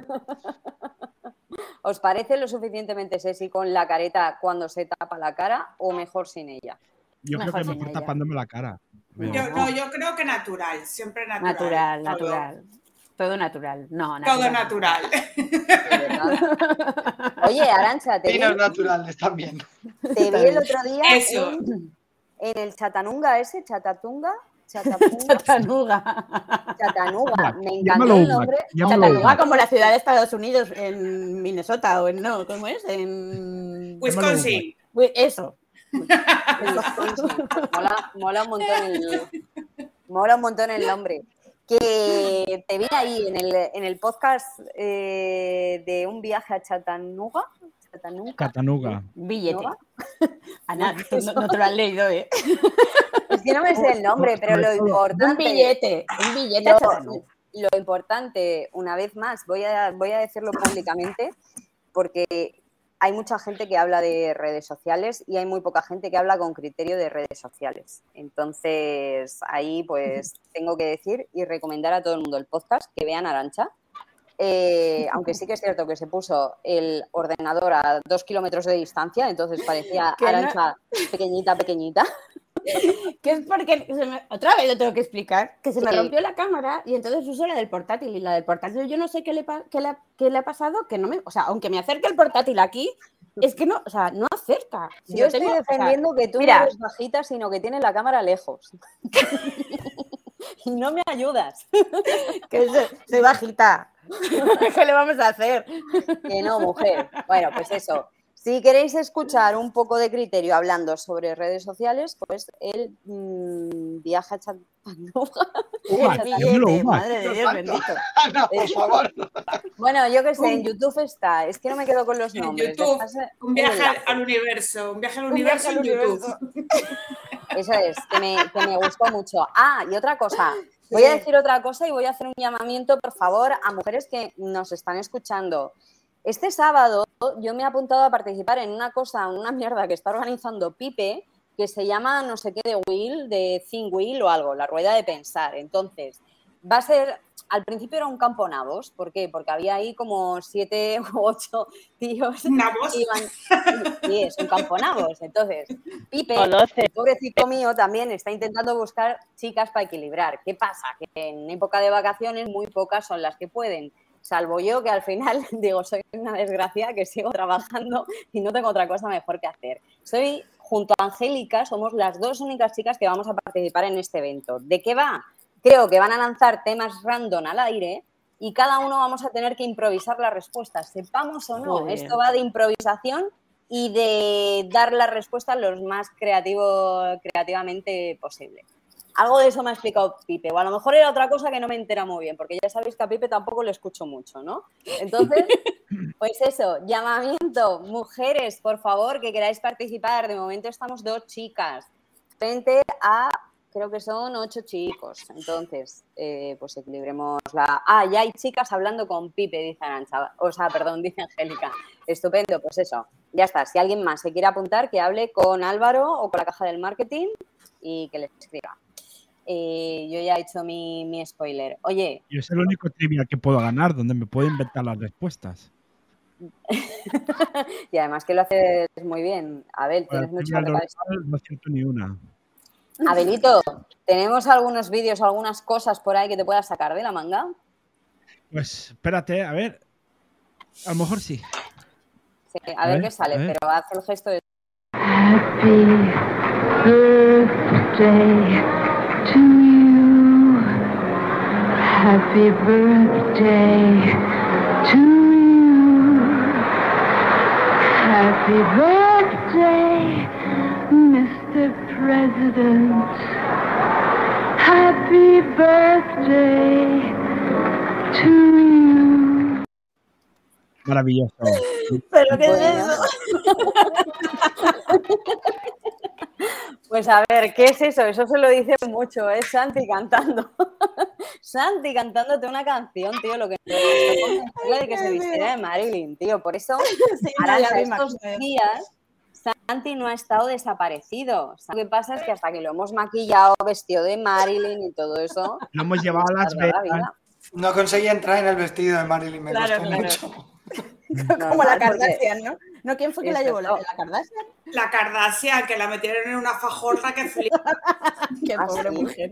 ¿Os parece lo suficientemente sexy con la careta cuando se tapa la cara o mejor sin ella? Yo creo que mejor tapándome la cara. Yo creo que natural, siempre natural. Natural. Todo natural. No, natural. Todo natural. Oye, Arantxa, te vi también. Te vi el otro día en el Chattanooga ese, Chatanuga. Me encantó el nombre. Chattanooga como la ciudad de Estados Unidos, en Minnesota, o no, ¿cómo es? En Wisconsin. Eso. Mola un montón el nombre. Que te vi ahí en el podcast de un viaje a Chattanooga. Billete. Ana, no te lo has leído, ¿eh? Es que no me sé el nombre, pero lo importante... Un billete a Chattanooga. Lo importante, una vez más, voy a decirlo públicamente, porque hay mucha gente que habla de redes sociales y hay muy poca gente que habla con criterio de redes sociales. Entonces, ahí pues tengo que decir y recomendar a todo el mundo el podcast, que vean Arantxa. Aunque sí que es cierto que se puso el ordenador a 2 kilómetros de distancia, entonces parecía Arantxa pequeñita. Que es porque, otra vez lo tengo que explicar, que se me rompió la cámara y entonces uso la del portátil. Y la del portátil yo no sé qué le ha pasado, que no me... O sea, aunque me acerque el portátil aquí, es que no, o sea, no acerca. Si yo estoy defendiendo que tú no eres bajita, sino que tienes la cámara lejos. Y no me ayudas. Que soy bajita. ¿Qué le vamos a hacer? Que no, mujer. Bueno, pues eso. Si queréis escuchar un poco de criterio hablando sobre redes sociales, pues el viaje a Chattanooga. Madre de Dios bendito. No, por favor. Bueno, yo qué sé, en YouTube está. Es que no me quedo con los nombres. YouTube, un viaje al universo. Un viaje al universo en YouTube. Eso es, que me gustó mucho. Ah, y otra cosa. Voy a decir otra cosa y voy a hacer un llamamiento, por favor, a mujeres que nos están escuchando. Este sábado yo me he apuntado a participar en una mierda que está organizando Pipe, que se llama no sé qué de Think Wheel o algo, la rueda de pensar. Entonces, va a ser, al principio era un campo nabos, ¿por qué? Porque había ahí como 7 u 8 tíos. ¿Nabos? Sí, es un campo nabos. Entonces, Pipe, el pobrecito mío, también está intentando buscar chicas para equilibrar. ¿Qué pasa? Que en época de vacaciones muy pocas son las que pueden. Salvo yo, que al final, digo, soy una desgracia, que sigo trabajando y no tengo otra cosa mejor que hacer. Junto a Angélica, somos las 2 únicas chicas que vamos a participar en este evento. ¿De qué va? Creo que van a lanzar temas random al aire y cada uno vamos a tener que improvisar las respuestas, sepamos o no. Joder. Esto va de improvisación y de dar las respuestas lo más creativamente posible. Algo de eso me ha explicado Pipe, o a lo mejor era otra cosa que no me entera muy bien, porque ya sabéis que a Pipe tampoco le escucho mucho, ¿no? Entonces, pues eso, llamamiento, mujeres, por favor, que queráis participar. De momento estamos 2 chicas, frente a, creo que son 8 chicos. Entonces, pues equilibremos la... ya hay chicas hablando con Pipe, dice Arantxa, dice Angélica. Estupendo, pues eso, ya está. Si alguien más se quiere apuntar, que hable con Álvaro o con la caja del marketing y que les escriba. Yo ya he hecho mi spoiler. Oye. Yo es el único trivia que puedo ganar, donde me puedo inventar las respuestas. Y además que lo haces muy bien. Abel, tienes mucha cabeza. No acierto ni una. Abelito, ¿tenemos algunos vídeos, algunas cosas por ahí que te puedas sacar de la manga? Pues espérate, a ver. A lo mejor sí. Sí, a ver qué sale, pero haz el gesto de... Happy birthday to you. Happy birthday to you. Happy birthday, Mr. President. Happy birthday to you. Maravilloso. ¿Pero qué es eso? Pues a ver, ¿qué es eso? Eso se lo dice mucho, es Santi cantando. Santi cantándote una canción, tío, lo que de que se vistiera de Marilyn, tío. Por eso, Sí, Arantxa, estos días, Santi no ha estado desaparecido. Lo que pasa es que hasta que lo hemos maquillado, vestido de Marilyn y todo eso... Lo hemos llevado a Las Vegas. No conseguí entrar en el vestido de Marilyn, me costó mucho. Como la Kardashian, ¿no? ¿No? ¿Quién fue que la llevó? ¿La Kardashian? La Kardashian, que la metieron en una fajorza que flipa. Qué pobre mujer.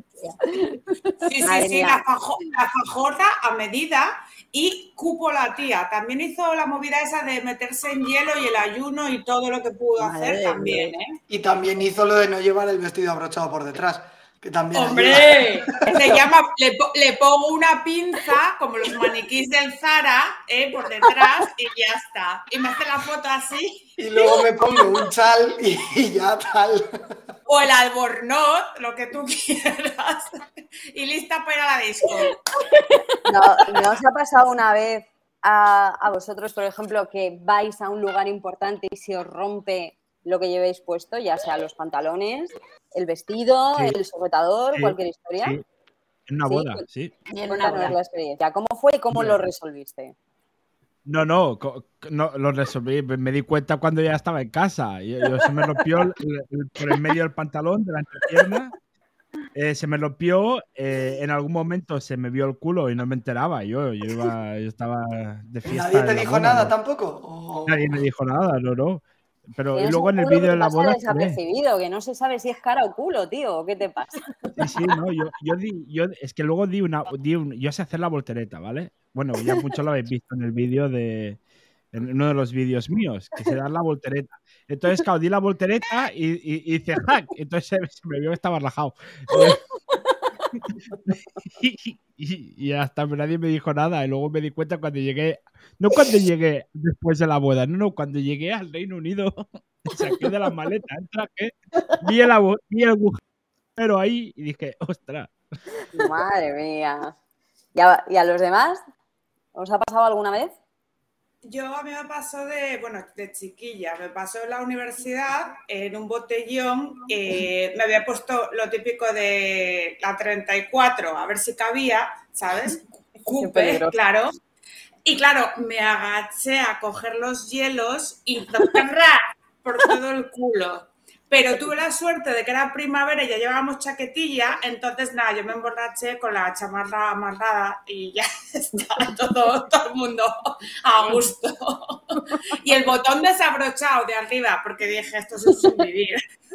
Sí, la fajorza a medida y cúpula, tía. También hizo la movida esa de meterse en hielo y el ayuno y todo lo que pudo hacer también, ¿eh? Y también hizo lo de no llevar el vestido abrochado por detrás. Que también ¡hombre! Se llama, le pongo una pinza, como los maniquís del Zara, por detrás y ya está. Y me hace la foto así. Y luego me pongo un chal y ya tal. O el albornoz, lo que tú quieras. Y lista para ir a la disco. ¿No os ha pasado una vez a vosotros, por ejemplo, que vais a un lugar importante y se os rompe lo que llevéis puesto, ya sea los pantalones, el vestido, el sujetador, cualquier historia? Sí. En una boda, sí. Cuéntanos la experiencia. ¿Cómo fue y cómo lo resolviste? No, lo resolví. Me di cuenta cuando ya estaba en casa. Yo se me rompió por el medio del pantalón, de la entrepierna. Se me rompió. En algún momento se me vio el culo y no me enteraba. Yo estaba de fiesta. ¿Nadie te dijo nada tampoco? Nadie me dijo nada, no. Pero y luego en el vídeo de la boda. Desapercibido, que no se sabe si es cara o culo, tío. ¿Qué te pasa? Sí, no. Es que luego yo sé hacer la voltereta, ¿vale? Bueno, ya mucho lo habéis visto en el vídeo en uno de los vídeos míos, que se da la voltereta. Entonces, claro, di la voltereta y hice hack. Entonces se me vio que estaba rajado. Y hasta nadie me dijo nada. Y luego me di cuenta cuando llegué. No cuando llegué después de la boda, no, cuando llegué al Reino Unido, saqué de la maleta el traje, vi el agujero ahí y dije, ostras. Madre mía. ¿Y a los demás? ¿Os ha pasado alguna vez? A mí me pasó de chiquilla, me pasó en la universidad, en un botellón, me había puesto lo típico de la 34, a ver si cabía, ¿sabes? Coupe, claro. Y claro, me agaché a coger los hielos y por todo el culo. Pero tuve la suerte de que era primavera y ya llevábamos chaquetilla, entonces nada, yo me emborraché con la chamarra amarrada y ya está todo el mundo a gusto. Y el botón desabrochado de arriba, porque dije, esto es un vivir.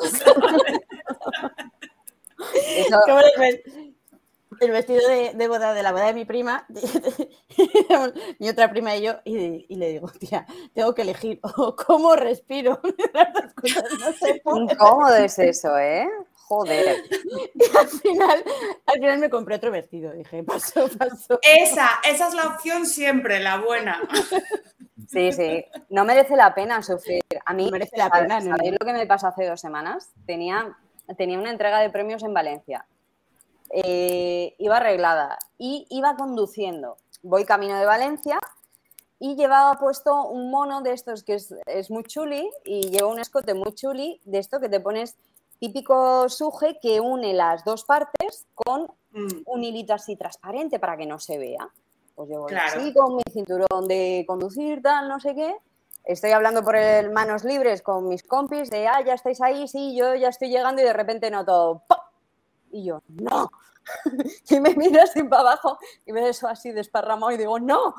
El vestido de boda de la boda de mi prima, mi otra prima y yo, y le digo, tía, tengo que elegir cómo respiro. Las dos cosas no se pueden. Incómodo es eso, ¿eh? Joder. Y al final me compré otro vestido. Dije, paso. Esa es la opción siempre, la buena. Sí, sí. No merece la pena sufrir. A mí, No merece la pena, ¿no? ¿Sabéis lo que me pasó hace 2 semanas? Tenía una entrega de premios en Valencia. Iba arreglada y iba conduciendo. Voy camino de Valencia y llevaba puesto un mono de estos que es muy chuli y lleva un escote muy chuli de esto que te pones típico suje que une las dos partes con un hilito así transparente para que no se vea. Pues yo voy así con mi cinturón de conducir, tal, no sé qué. Estoy hablando por el manos libres con mis compis de, ya estáis ahí, sí, yo ya estoy llegando y de repente noto ¡pop! Y yo, ¡no! Y me miro así para abajo y veo eso así desparramado y digo, ¡no!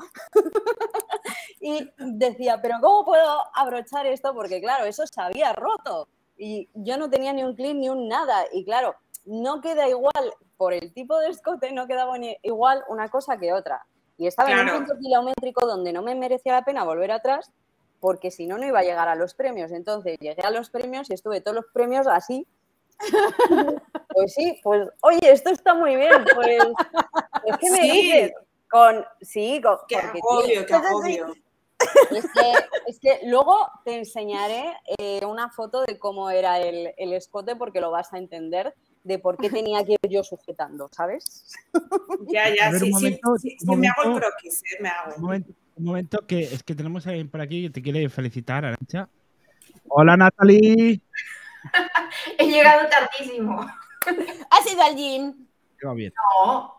Y decía, ¿pero cómo puedo abrochar esto? Porque claro, eso se había roto y yo no tenía ni un clip ni un nada. Y claro, no queda igual, por el tipo de escote, no quedaba igual una cosa que otra. Y estaba en un punto kilométrico donde no me merecía la pena volver atrás porque si no, no iba a llegar a los premios. Entonces llegué a los premios y estuve todos los premios así. Pues sí, pues oye, esto está muy bien, pues ¿qué me dices? Qué agobio. Es que luego te enseñaré una foto de cómo era el escote porque lo vas a entender de por qué tenía que ir yo sujetando, ¿sabes? Ya, sí, me hago el croquis, me hago. Un momento que es que tenemos a alguien por aquí que te quiere felicitar, Arantxa. Hola, Natalie. He llegado tardísimo. ¿Has ido al gym? Va bien. No.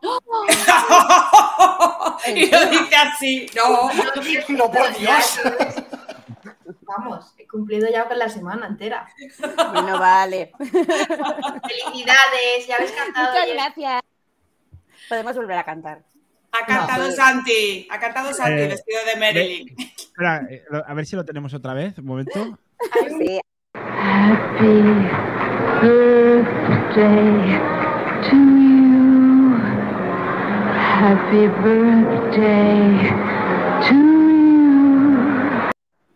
Y lo dice así, No, por Dios. Vamos, he cumplido ya con la semana entera. Bueno, vale. Felicidades, ya habéis cantado. Muchas gracias. Podemos volver a cantar. Ha cantado Santi, vestido de Marilyn. Espera, a ver si lo tenemos otra vez, un momento. Sí. Happy birthday to you. Happy birthday to you.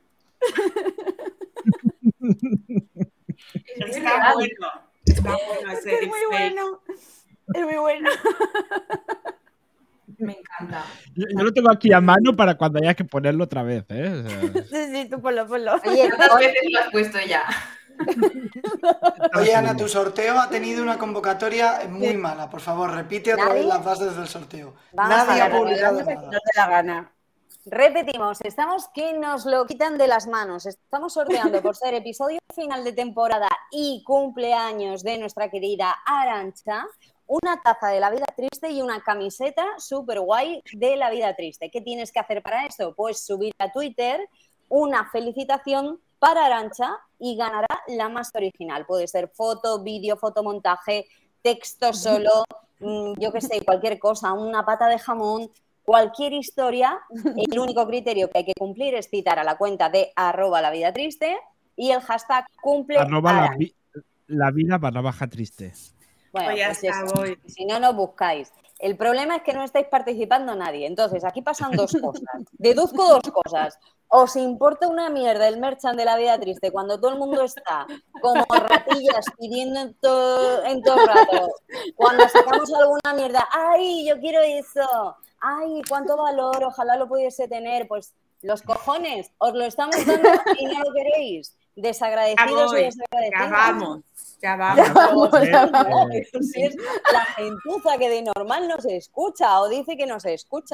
Está bueno ese Es muy bueno. Es muy bueno. Me encanta. Yo lo tengo aquí a mano para cuando haya que ponerlo otra vez, ¿eh? O sea... Sí, tú ponlo. Oye, ¿cuántas veces lo has puesto ya? Oye, Ana, tu sorteo ha tenido una convocatoria muy mala. Por favor, repite otra vez las bases del sorteo. Nadie ha publicado nada. No te la gana. Repetimos, estamos que nos lo quitan de las manos. Estamos sorteando por ser episodio final de temporada y cumpleaños de nuestra querida Arantxa, una taza de La Vida Triste y una camiseta súper guay de La Vida Triste. ¿Qué tienes que hacer para eso? Pues subir a Twitter una felicitación para Arantxa y ganará la más original. Puede ser foto, vídeo, fotomontaje, texto solo, yo qué sé, cualquier cosa, una pata de jamón, cualquier historia. El único criterio que hay que cumplir es citar a la cuenta de @lavidatriste y el hashtag cumple la vida_triste. Bueno, ya pues está, eso. voy. Si no, no buscáis. El problema es que no estáis participando nadie. Entonces, aquí pasan dos cosas. Deduzco dos cosas. ¿Os importa una mierda el merchan de La Vida Triste cuando todo el mundo está como ratillas pidiendo en todo rato? Cuando sacamos alguna mierda, ¡ay, yo quiero eso! ¡Ay, cuánto valor! Ojalá lo pudiese tener. Pues los cojones, os lo estamos dando y no lo queréis. Desagradecidos y desagradecidos. Ya vamos. Si es la gentuza que de normal no se escucha o dice que no se escuchan.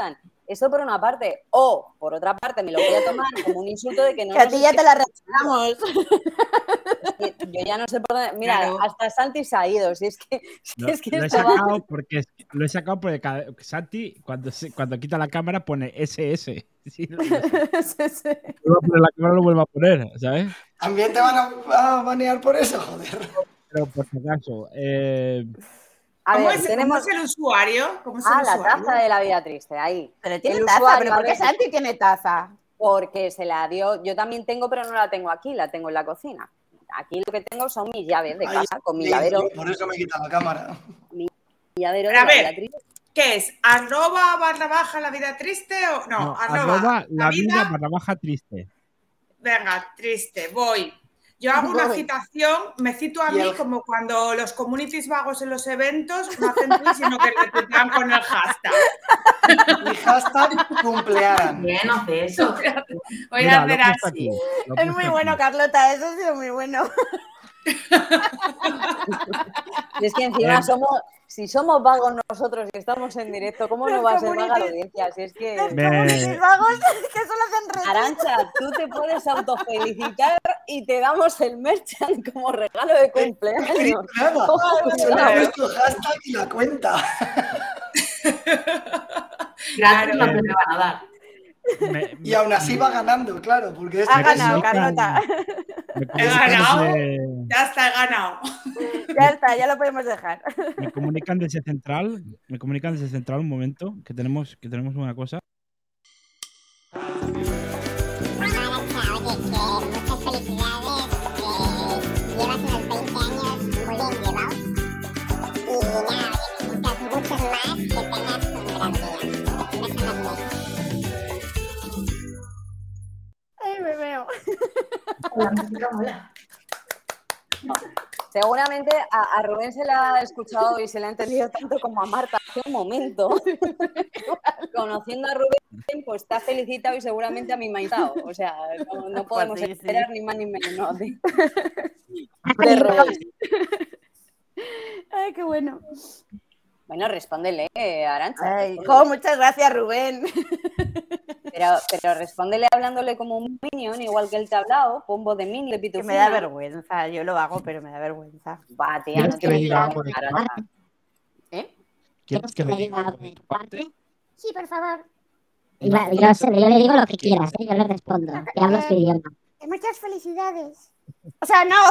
Eso por una parte. O, por otra parte, me lo voy a tomar como un insulto de que no... Que a ti ya te la regalamos. Yo ya no sé por dónde... Mira, Claro. hasta Santi se ha ido. Si es que Lo he sacado porque Santi, cuando quita la cámara, pone SS. Sí, Sí. la cámara lo vuelve a poner, ¿sabes? También te van a banear por eso, joder. Pero por si acaso. A ¿Cómo ver, es tenemos... el usuario? ¿Cómo es el la usuario? taza de la vida triste, ahí. Pero tiene El taza, usuario, ¿pero por a qué ver, Santi tiene taza? Porque se la dio... Yo también tengo, pero no la tengo aquí, la tengo en la cocina. Aquí lo que tengo son mis llaves de casa, con mi llavero. Por eso me quita la cámara. Mi llavero de A la ver, vida triste. ¿qué es? ¿@_ la vida triste o no? No, arroba la vida / triste. Venga, triste, voy. Yo hago una citación, me cito a mí como cuando los communities vagos en los eventos no hacen tweet, sino que le tuitean con el hashtag. Mi hashtag cumplearan. Bien, hace eso. Voy a hacer así. Aquí, Es muy bueno, Carlota, eso ha sido muy bueno. Y es que encima si somos vagos nosotros y estamos en directo, ¿cómo no Los va a ser vaga la communities. audiencia? Si es que... Los communities vagos que solo hacen retos. Arancha, tú te puedes autofelicitar y te damos el merchant como regalo de cumpleaños. Nada, solo he puesto hashtag y la cuenta. Gratis no me van a dar. Y aún así va ganando, claro, porque Ha ganado, Carlota. He ganado. Ya está, he ganado. Ya está, ya lo podemos dejar. Me comunican desde central un momento, que tenemos una cosa. Ay, me veo. La música mola. Seguramente a Rubén se la ha escuchado y se le ha entendido tanto como a Marta hace un momento. Conociendo a Rubén, pues te ha felicitado y seguramente a mí me ha invitado. O sea, no podemos esperar ni más ni menos. No, de Rubén. Ay, qué bueno. Bueno, respóndele, Arancha. Ay, muchas gracias, Rubén. Pero respóndele hablándole como un minion, igual que él te ha hablado, con voz de minion, de pitufina. Que me da vergüenza, yo lo hago, pero me da vergüenza. Va, tía, no que le diga tienes algo de tu Arancha. parte? ¿Eh? ¿Quieres que le diga algo de tu parte? Sí, por favor. Yo le digo lo que quieras, yo le respondo. Te hablo su idioma. Muchas felicidades. O sea, no.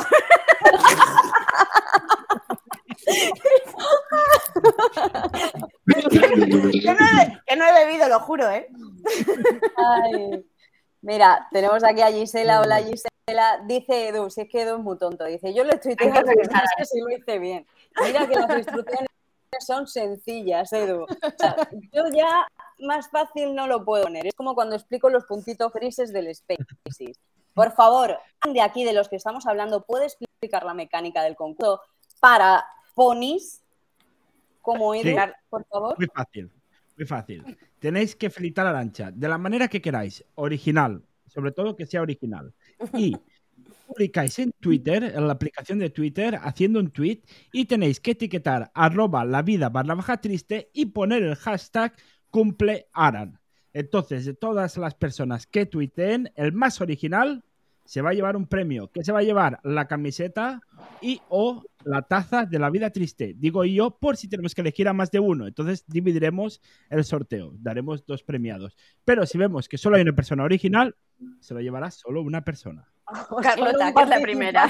que no he bebido, lo juro, ¿eh? Ay. Mira, tenemos aquí a Gisela. Hola, Gisela. Dice Edu, si es que Edu es muy tonto. Dice, yo le estoy diciendo que si lo hice bien. Mira que las instrucciones son sencillas, Edu. O sea, yo ya más fácil no lo puedo poner. Es como cuando explico los puntitos grises del Spaces. Por favor, de aquí, de los que estamos hablando, ¿puede explicar la mecánica del concurso para ponis como Edu, Sí. por favor? Muy fácil. Tenéis que felicitar a Arancha de la manera que queráis, original, sobre todo que sea original. Y publicáis en Twitter, en la aplicación de Twitter, haciendo un tweet y tenéis que etiquetar @lavida_triste y poner el hashtag cumplearan. Entonces, de todas las personas que tuiteen, el más original se va a llevar un premio. ¿Qué se va a llevar? La camiseta y o la taza de la vida triste. Digo yo, por si tenemos que elegir a más de uno. Entonces dividiremos el sorteo. Daremos 2 premiados. Pero si vemos que solo hay una persona original, se lo llevará solo una persona. Carlota, que es la primera.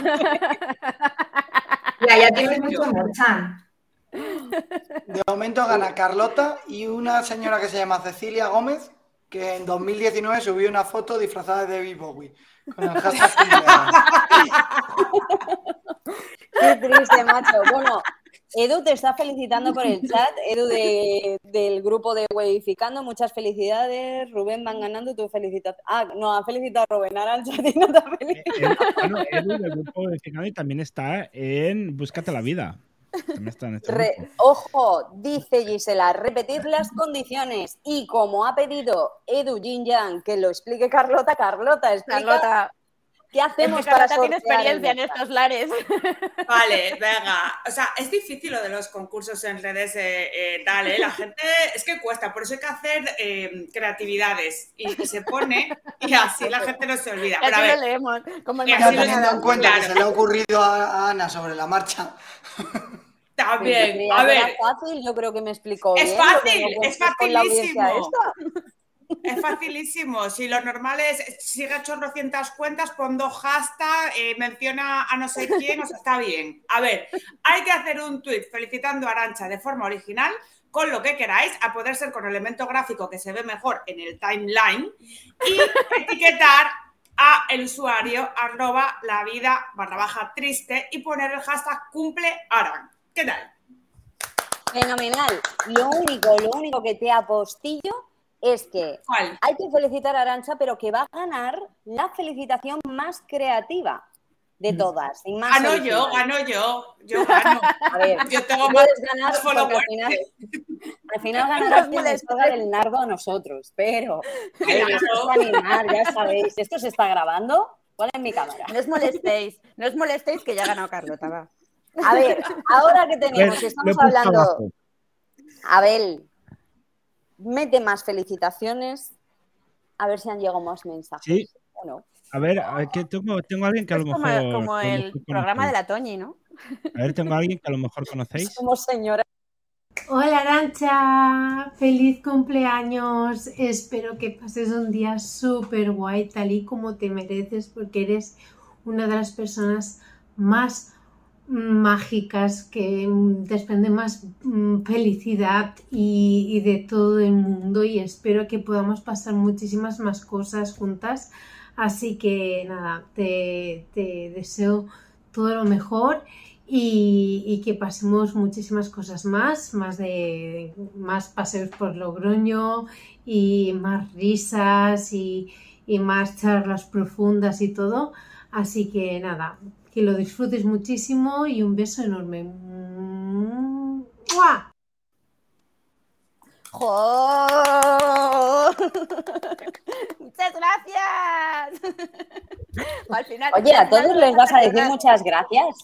Ya tienes mucho merchan. De momento gana Carlota y una señora que se llama Cecilia Gómez, que en 2019 subió una foto disfrazada de David Bowie. Con el hashtag cumpleaños. Qué triste, macho. Bueno, Edu te está felicitando por el chat. Edu del grupo de Webificando. Muchas felicidades. Rubén van ganando. Tú felicitas. Ah, no, ha felicitado a Rubén. Arancha, a ti no te ha felicitado. Bueno, Edu del grupo de Webificando y también está en Búscate la vida. También está en este grupo. Ojo, dice Gisela, repetir las condiciones. Y como ha pedido Edu Jinyan que lo explique Carlota, explica. Carlota. ¿Qué hacemos Es que para Carlota tiene sortear experiencia en estos lares. Vale, venga. O sea, es difícil lo de los concursos en redes tal, ¿eh? La gente es que cuesta, por eso hay que hacer creatividades y se pone y así la gente no se olvida. Y Pero a así ver, lo leemos. Como el y Ya así teniendo en cuenta claro. que se le ha ocurrido a Ana sobre la marcha. También, Creía a que era ver, fácil, yo creo que me explicó es bien. lo que fácil, no es cuentas con la audiencia facilísimo. esta. Es facilísimo. Si lo normal es sigue 800 cuentas, pon 2 hashtags, menciona a no sé quién, o sea, está bien. A ver, hay que hacer un tweet felicitando a Arantxa de forma original, con lo que queráis, a poder ser con elemento gráfico que se ve mejor en el timeline, y etiquetar a el usuario @lavida_triste y poner el hashtag #cumplearan. ¿Qué tal? Fenomenal. Lo único que te apostillo es que ¿Cuál? hay que felicitar a Arantxa, pero que va a ganar la felicitación más creativa de todas. Y más Gano original. yo gano. A ver, Yo tengo puedes más ganar followers. porque al final ganarás que nos salga el nardo a nosotros, pero a ver, esto es animar, ya sabéis. ¿Esto se está grabando? ¿Cuál es mi cámara? No os molestéis que ya ha ganado Carlota, va. A ver, ahora que tenemos, estamos hablando... Abel, mete más felicitaciones, a ver si han llegado más mensajes. Sí. ¿O no? A ver, que tengo a alguien que a lo mejor... Como el programa de la Toñi, ¿no? A ver, tengo a alguien que a lo mejor conocéis. Somos señora. Hola Arantxa, feliz cumpleaños, espero que pases un día súper guay, tal y como te mereces, porque eres una de las personas más mágicas que desprende más felicidad y de todo el mundo, y espero que podamos pasar muchísimas más cosas juntas, así que nada, te deseo todo lo mejor. Y que pasemos muchísimas cosas más paseos por Logroño y más risas y más charlas profundas y todo. Así que nada, que lo disfrutes muchísimo y un beso enorme. ¡Mua! ¡Jo! ¡Muchas gracias! Al final, oye, ¿a todos les vas a decir muchas gracias?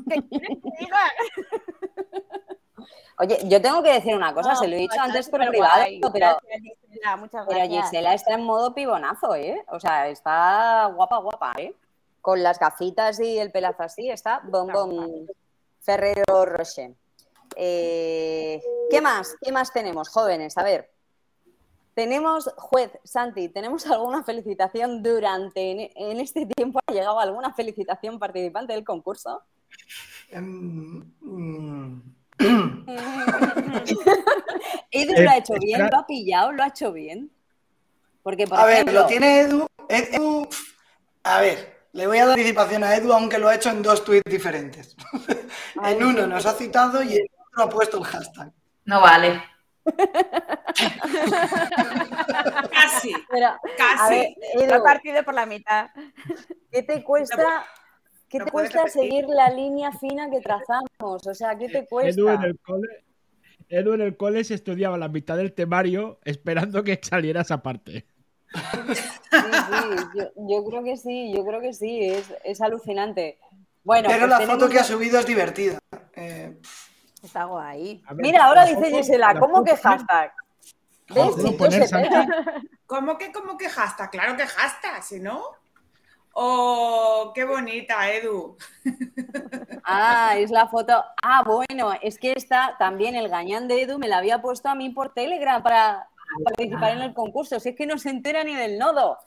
Oye, yo tengo que decir una cosa, se lo he dicho antes por privado, pero Gisela está en modo pibonazo, ¿eh? O sea, está guapa, ¿eh? Con las gafitas y el pelazo así, está bombón Ferrero Rocher. ¿Qué más tenemos, jóvenes? A ver, tenemos, juez Santi, ¿tenemos alguna felicitación durante, en este tiempo ha llegado alguna felicitación participante del concurso? Edu lo ha hecho bien, lo ha pillado, lo ha hecho bien. Porque, por ejemplo, ver, lo tiene Edu. A ver, le voy a dar participación a Edu, aunque lo ha hecho en 2 tweets diferentes. En uno nos ha citado y en otro ha puesto el hashtag. No vale. Casi. Pero, a ver, Edu, lo ha partido por la mitad. ¿Qué te cuesta? ¿Qué te cuesta seguir la línea fina que trazamos? O sea, ¿qué te cuesta? Edu en el cole se estudiaba la mitad del temario esperando que saliera esa parte. Sí, yo creo que sí, es alucinante. Bueno, pero pues la foto que ha subido es divertida. Está guay. Ver, mira, ahora dice Gisela, ¿cómo que hashtag? ¿Ves? ¿Cómo que hashtag? Claro que hashtag, si no... ¡Oh, qué bonita, Edu! Ah, es la foto. Ah, bueno, es que esta también el gañán de Edu me la había puesto a mí por Telegram para participar en el concurso. Si es que no se entera ni del nodo.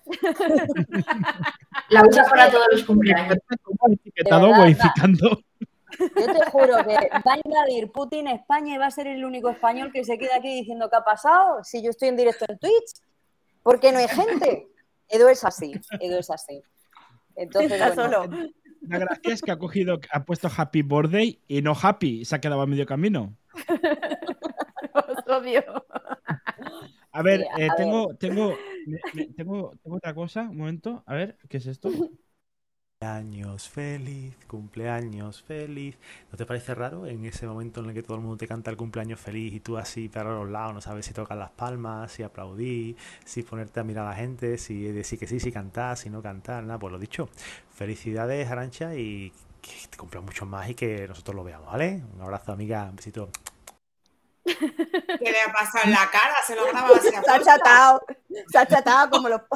La usa para todos los cumpleaños. Etiquetado, modificando. Yo te juro que va a invadir Putin España y va a ser el único español que se queda aquí diciendo ¿qué ha pasado? Si yo estoy en directo en Twitch, ¿por qué no hay gente? Edu es así. Entonces, está bueno. solo. La gracia es que ha puesto Happy Birthday y no Happy, se ha quedado a medio camino. Os odio. A ver, tengo otra cosa, un momento. A ver, ¿qué es esto? cumpleaños feliz. ¿No te parece raro en ese momento en el que todo el mundo te canta el cumpleaños feliz y tú así para los lados no sabes si tocar las palmas, si aplaudir, si ponerte a mirar a la gente, si decir que sí, si cantar, si no cantar? Nada, pues lo dicho. Felicidades, Arantxa, y que te cumplan mucho más y que nosotros lo veamos, ¿vale? Un abrazo, amiga, un besito. ¿Qué le ha pasado en la cara? Se lo graba así a Se ha chatado como los...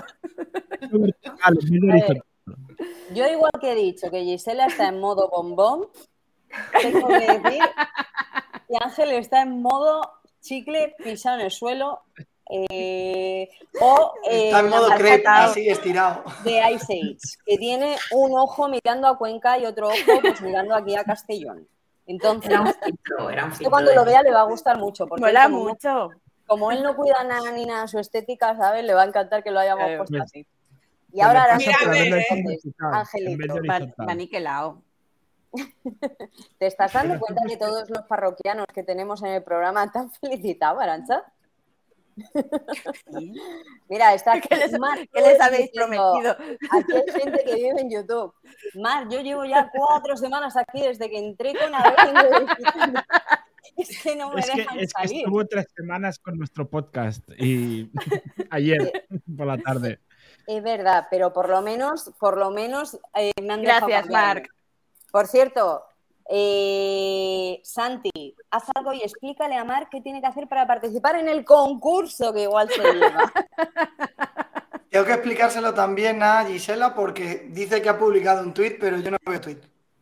Yo igual que he dicho que Gisela está en modo bombón, tengo que decir que Ángel está en modo chicle pisado en el suelo está en modo crepe, así estirado. De Ice Age, que tiene un ojo mirando a Cuenca y otro ojo pues mirando aquí a Castellón. Entonces, era un filtro, cuando lo vea le va a gustar mucho, porque mola mucho. Como él no cuida nada ni nada su estética, ¿sabes? Le va a encantar que lo hayamos puesto así. Y ahora Angelito, va niquelado. ¿Te estás dando cuenta que todos los parroquianos que tenemos en el programa te han felicitado, Arantxa? Mira, está ¿Qué les habéis prometido? Aquí hay gente que vive en YouTube. Mar, yo llevo ya 4 semanas aquí desde que entré con Abel. Es que no me dejan salir. Que estuvo 3 semanas con nuestro podcast y ayer por la tarde. Es verdad, pero por lo menos me han dejado. Gracias, Marc. Por cierto, Santi, haz algo y explícale a Marc qué tiene que hacer para participar en el concurso que igual se lleva. Tengo que explicárselo también a Gisela porque dice que ha publicado un tuit, pero yo no veo tuit.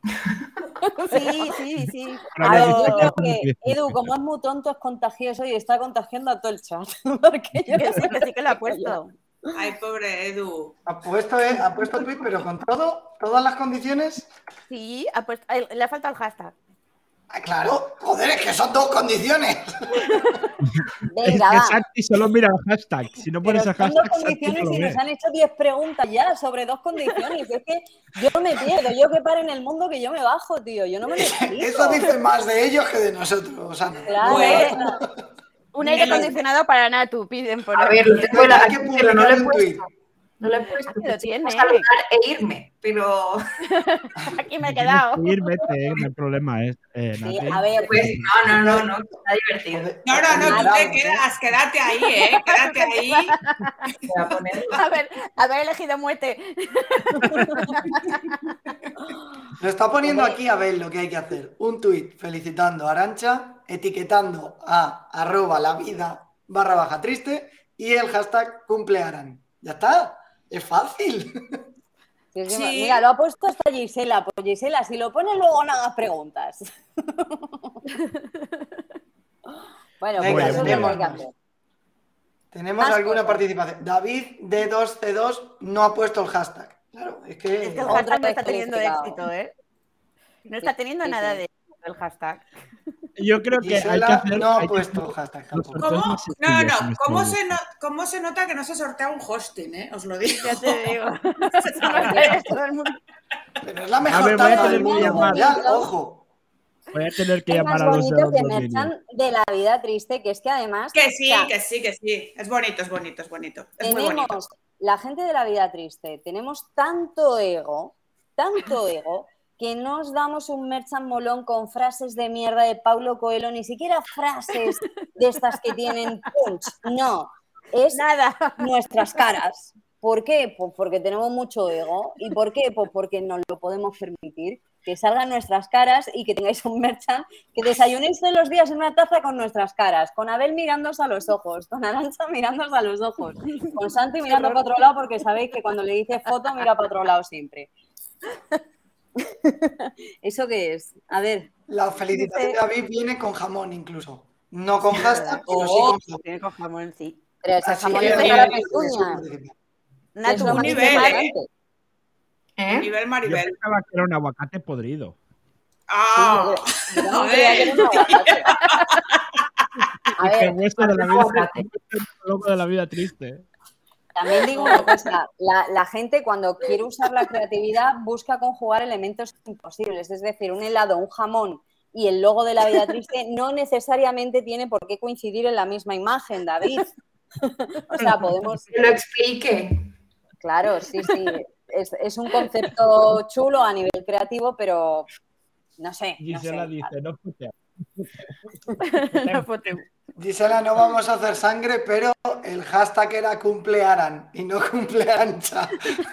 Sí. A ver, yo creo que Edu, como es muy tonto, es contagioso y está contagiando a todo el chat. Porque yo sí que lo ha puesto. Ay, pobre Edu. Ha puesto tuit, pero con todas las condiciones. Sí, le ha faltado el hashtag. Ah, claro, joder, es que son 2 condiciones. Venga, es que Santi solo mira el hashtag. Si no pones el hashtag, 2 condiciones y nos han hecho 10 preguntas ya sobre 2 condiciones. Es que yo me pierdo, yo que pare en el mundo que yo me bajo, tío. Yo no me lo explico. Eso dice más de ellos que de nosotros, Ana. Claro. Un aire acondicionado para Natu, piden por A ver, lo tengo hay que publicar un tuit. No lo he puesto. Lo tiene. Saludar e irme, pero... Aquí me he quedado. Irme, no hay problema. Sí, a ver, pues no, está divertido. No, tú te quedas, quédate ahí, quédate ahí. Voy a ponerlo. Haber elegido muerte. Lo está poniendo aquí Abel lo que hay que hacer. Un tuit felicitando a Arantxa, etiquetando a @lavida_triste y el hashtag cumplearan. Ya está. Es fácil. Sí. Mira, lo ha puesto hasta Gisela. Pues Gisela, si lo pones luego no hagas preguntas. Bueno, venga, pues tenemos alguna participación. David D2C2 no ha puesto el hashtag. Claro, es que el hashtag no está teniendo éxito, ¿eh? No está teniendo nada de éxito el hashtag. Yo creo que hay que hacer... No ha puesto hashtag tampoco. ¿Cómo se nota que no se sortea un hosting, os lo digo? Ya te digo. Pero es la mejor tabla del mundo mundial, ojo. Voy a tener que llamar a los de Merchan de la vida triste, que es que además... Que sí. Es bonito. Tenemos, la gente de la vida triste, tenemos tanto ego, que nos damos un merchan molón con frases de mierda de Paulo Coelho, ni siquiera frases de estas que tienen punch, no, es nada, nuestras caras. ¿Por qué? Pues porque tenemos mucho ego. ¿Y por qué? Pues porque nos lo podemos permitir, que salgan nuestras caras y que tengáis un merchan, que desayunéis todos los días en una taza con nuestras caras, con Abel mirándoos a los ojos, con Arantxa mirándoos a los ojos, con Santi mirando para otro lado, porque sabéis que cuando le dice foto mira para otro lado siempre. ¿Eso qué es? A ver. La felicitación de David viene con jamón incluso. No con hashtag, pero sí con jamón. Viene con jamón, sí. Pero ese jamón es de la pezuña. Un nivel, Nivel Maribel. Yo pensaba que era un aguacate podrido. ¡Ah! A ver. El hueso de la vida, loco de la vida triste. También digo una cosa, la gente cuando quiere usar la creatividad busca conjugar elementos imposibles, es decir, un helado, un jamón y el logo de la vida triste no necesariamente tiene por qué coincidir en la misma imagen, David. O sea, podemos... Que lo explique. Claro, sí. es un concepto chulo a nivel creativo, pero no sé. Gisela dice, no puteo. No puteo. Gisela, no vamos a hacer sangre, pero el hashtag era cumplearan y no cumpleancha.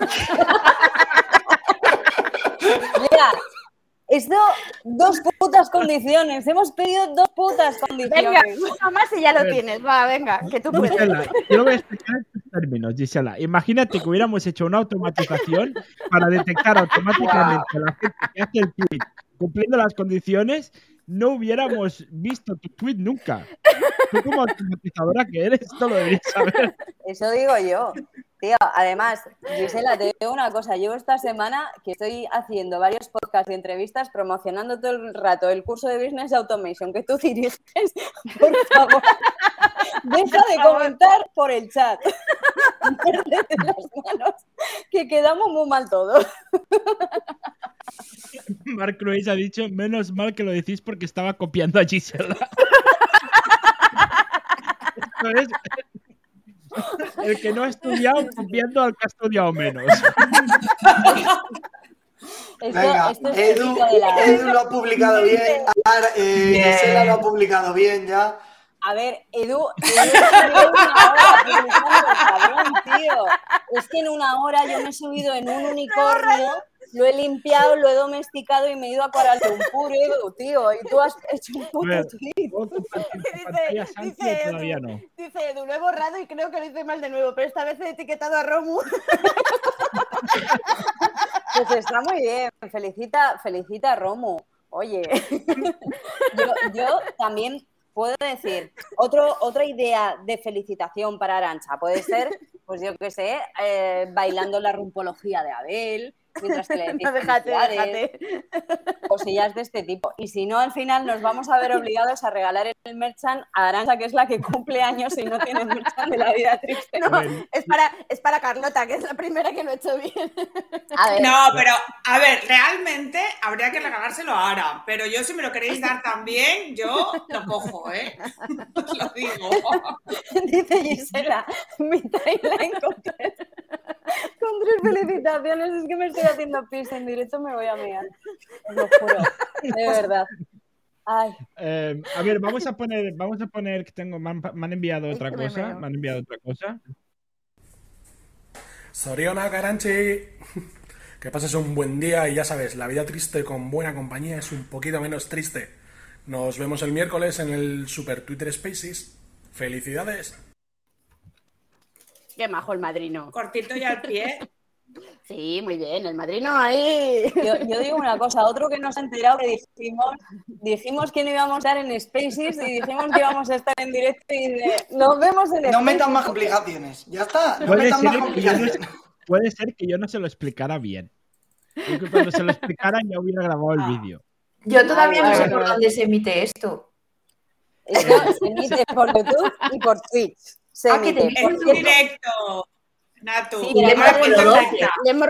Mira, esto, 2 putas condiciones. Hemos pedido 2 putas condiciones. Venga, una más y ya lo tienes. Va, venga, que tú puedes. Gisela, yo lo voy a explicar en tus términos, Gisela. Imagínate que hubiéramos hecho una automatización para detectar automáticamente a la gente que hace el tweet cumpliendo las condiciones, no hubiéramos visto tu tweet nunca. Tú como automatizadora que eres, esto lo deberías saber. Eso digo yo. Tío, además, Gisela, te digo una cosa. Llevo esta semana que estoy haciendo varios podcasts y entrevistas promocionando todo el rato el curso de Business Automation que tú diriges. Por favor, deja de comentar por el chat. Piérdete las manos, que quedamos muy mal todos. Mark Ruiz ha dicho, menos mal que lo decís porque estaba copiando a Gisela. ¿Sabes? El que no ha estudiado copiando al que ha estudiado menos. Venga, esto es Edu lo ha publicado bien. Gisela lo ha publicado bien ya. A ver, Edu lleva una hora publicando, cabrón, tío. Es que en una hora yo me he subido en un unicornio, lo he limpiado, lo he domesticado y me he ido a Kuala Lumpur, Edu, tío. Y tú has hecho un puto tweet. Dice Edu, lo he borrado y creo que lo hice mal de nuevo, pero esta vez he etiquetado a Romu. Pues está muy bien. Felicita a Romu. Oye, yo también puedo decir, otra idea de felicitación para Arantxa puede ser, pues yo qué sé, bailando la rumpología de Abel, mientras que le decís no, déjate. Cosillas de este tipo. Y si no, al final nos vamos a ver obligados a regalar el merchan a Arantxa, que es la que cumple años y no tiene merchan de la vida triste. No, es para Carlota, que es la primera que lo ha hecho bien. No, pero, a ver, realmente habría que regalárselo a Ara, pero yo si me lo queréis dar también, yo lo cojo, ¿eh? Os lo digo. Dice Gisela, mi timeline con 3 felicitaciones, es que me estoy haciendo pis en directo, me voy a mirar. Os lo juro, de verdad. Ay. A ver, vamos a poner que me han enviado otra cosa. Me han enviado otra cosa. Soriona Arantxa, que pases un buen día y ya sabes, la vida triste con buena compañía es un poquito menos triste. Nos vemos el miércoles en el Super Twitter Spaces. ¡Felicidades! Qué majo el madrino. Cortito y al pie. Sí, muy bien, el madrino ahí. Yo digo una cosa, otro que nos ha enterado que dijimos que no íbamos a estar en Spaces y dijimos que íbamos a estar en directo y nos vemos en Spaces. No metan más complicaciones, ya está. No metan más complicaciones. Puede ser que yo no se lo explicara bien. Y que cuando se lo explicara ya hubiera grabado el vídeo. Yo todavía no sé por dónde se emite esto. Esto se emite por YouTube y por Twitch. Se emite en directo. Natu. Sí, le hemos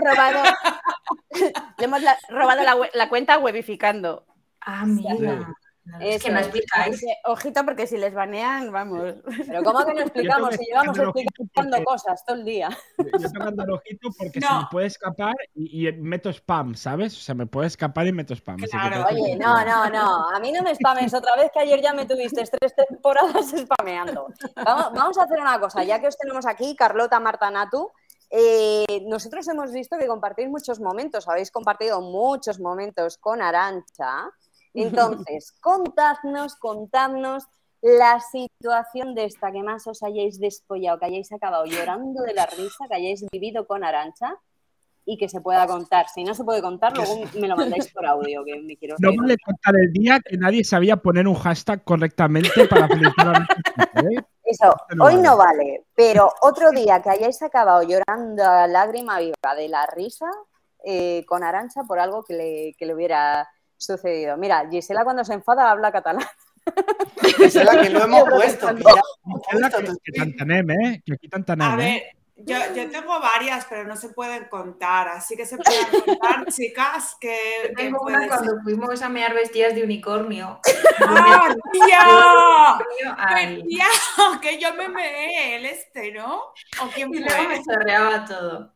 robado la cuenta webificando. Ah, mira. Es que no explicáis. Ojito, porque si les banean, vamos. Pero ¿cómo que no explicamos? Si llevamos explicando cosas todo el día. Yo tengo que andar ojito porque se me puede escapar y meto spam, ¿sabes? O sea, me puede escapar y meto spam. Claro. Oye, no. A mí no me spames otra vez, que ayer ya me tuviste 3 temporadas spameando. Vamos a hacer una cosa, ya que os tenemos aquí, Carlota, Marta, Natu. Nosotros hemos visto que compartís muchos momentos, habéis compartido muchos momentos con Arantxa. Entonces, contadnos la situación de esta que más os hayáis despollado, que hayáis acabado llorando de la risa, que hayáis vivido con Arantxa y que se pueda contar. Si no se puede contar, luego me lo mandáis por audio, que me quiero No vale contar el día que nadie sabía poner un hashtag correctamente para felicitar a Eso, hoy no vale, pero otro día que hayáis acabado llorando a lágrima viva de la risa con Arantxa por algo que le hubiera sucedido. Mira, Gisela cuando se enfada habla catalán. Gisela, que lo hemos puesto. Que aquí tantanem, que aquí tantanem. A ver, Yo tengo varias, pero no se pueden contar, así que se pueden contar, chicas, que tengo una cuando fuimos a mear vestidas de unicornio. ¡Ah, tía! ¡Tía! Que yo me meé el ¿no? ¿O quién fue? Y luego me chorreaba todo.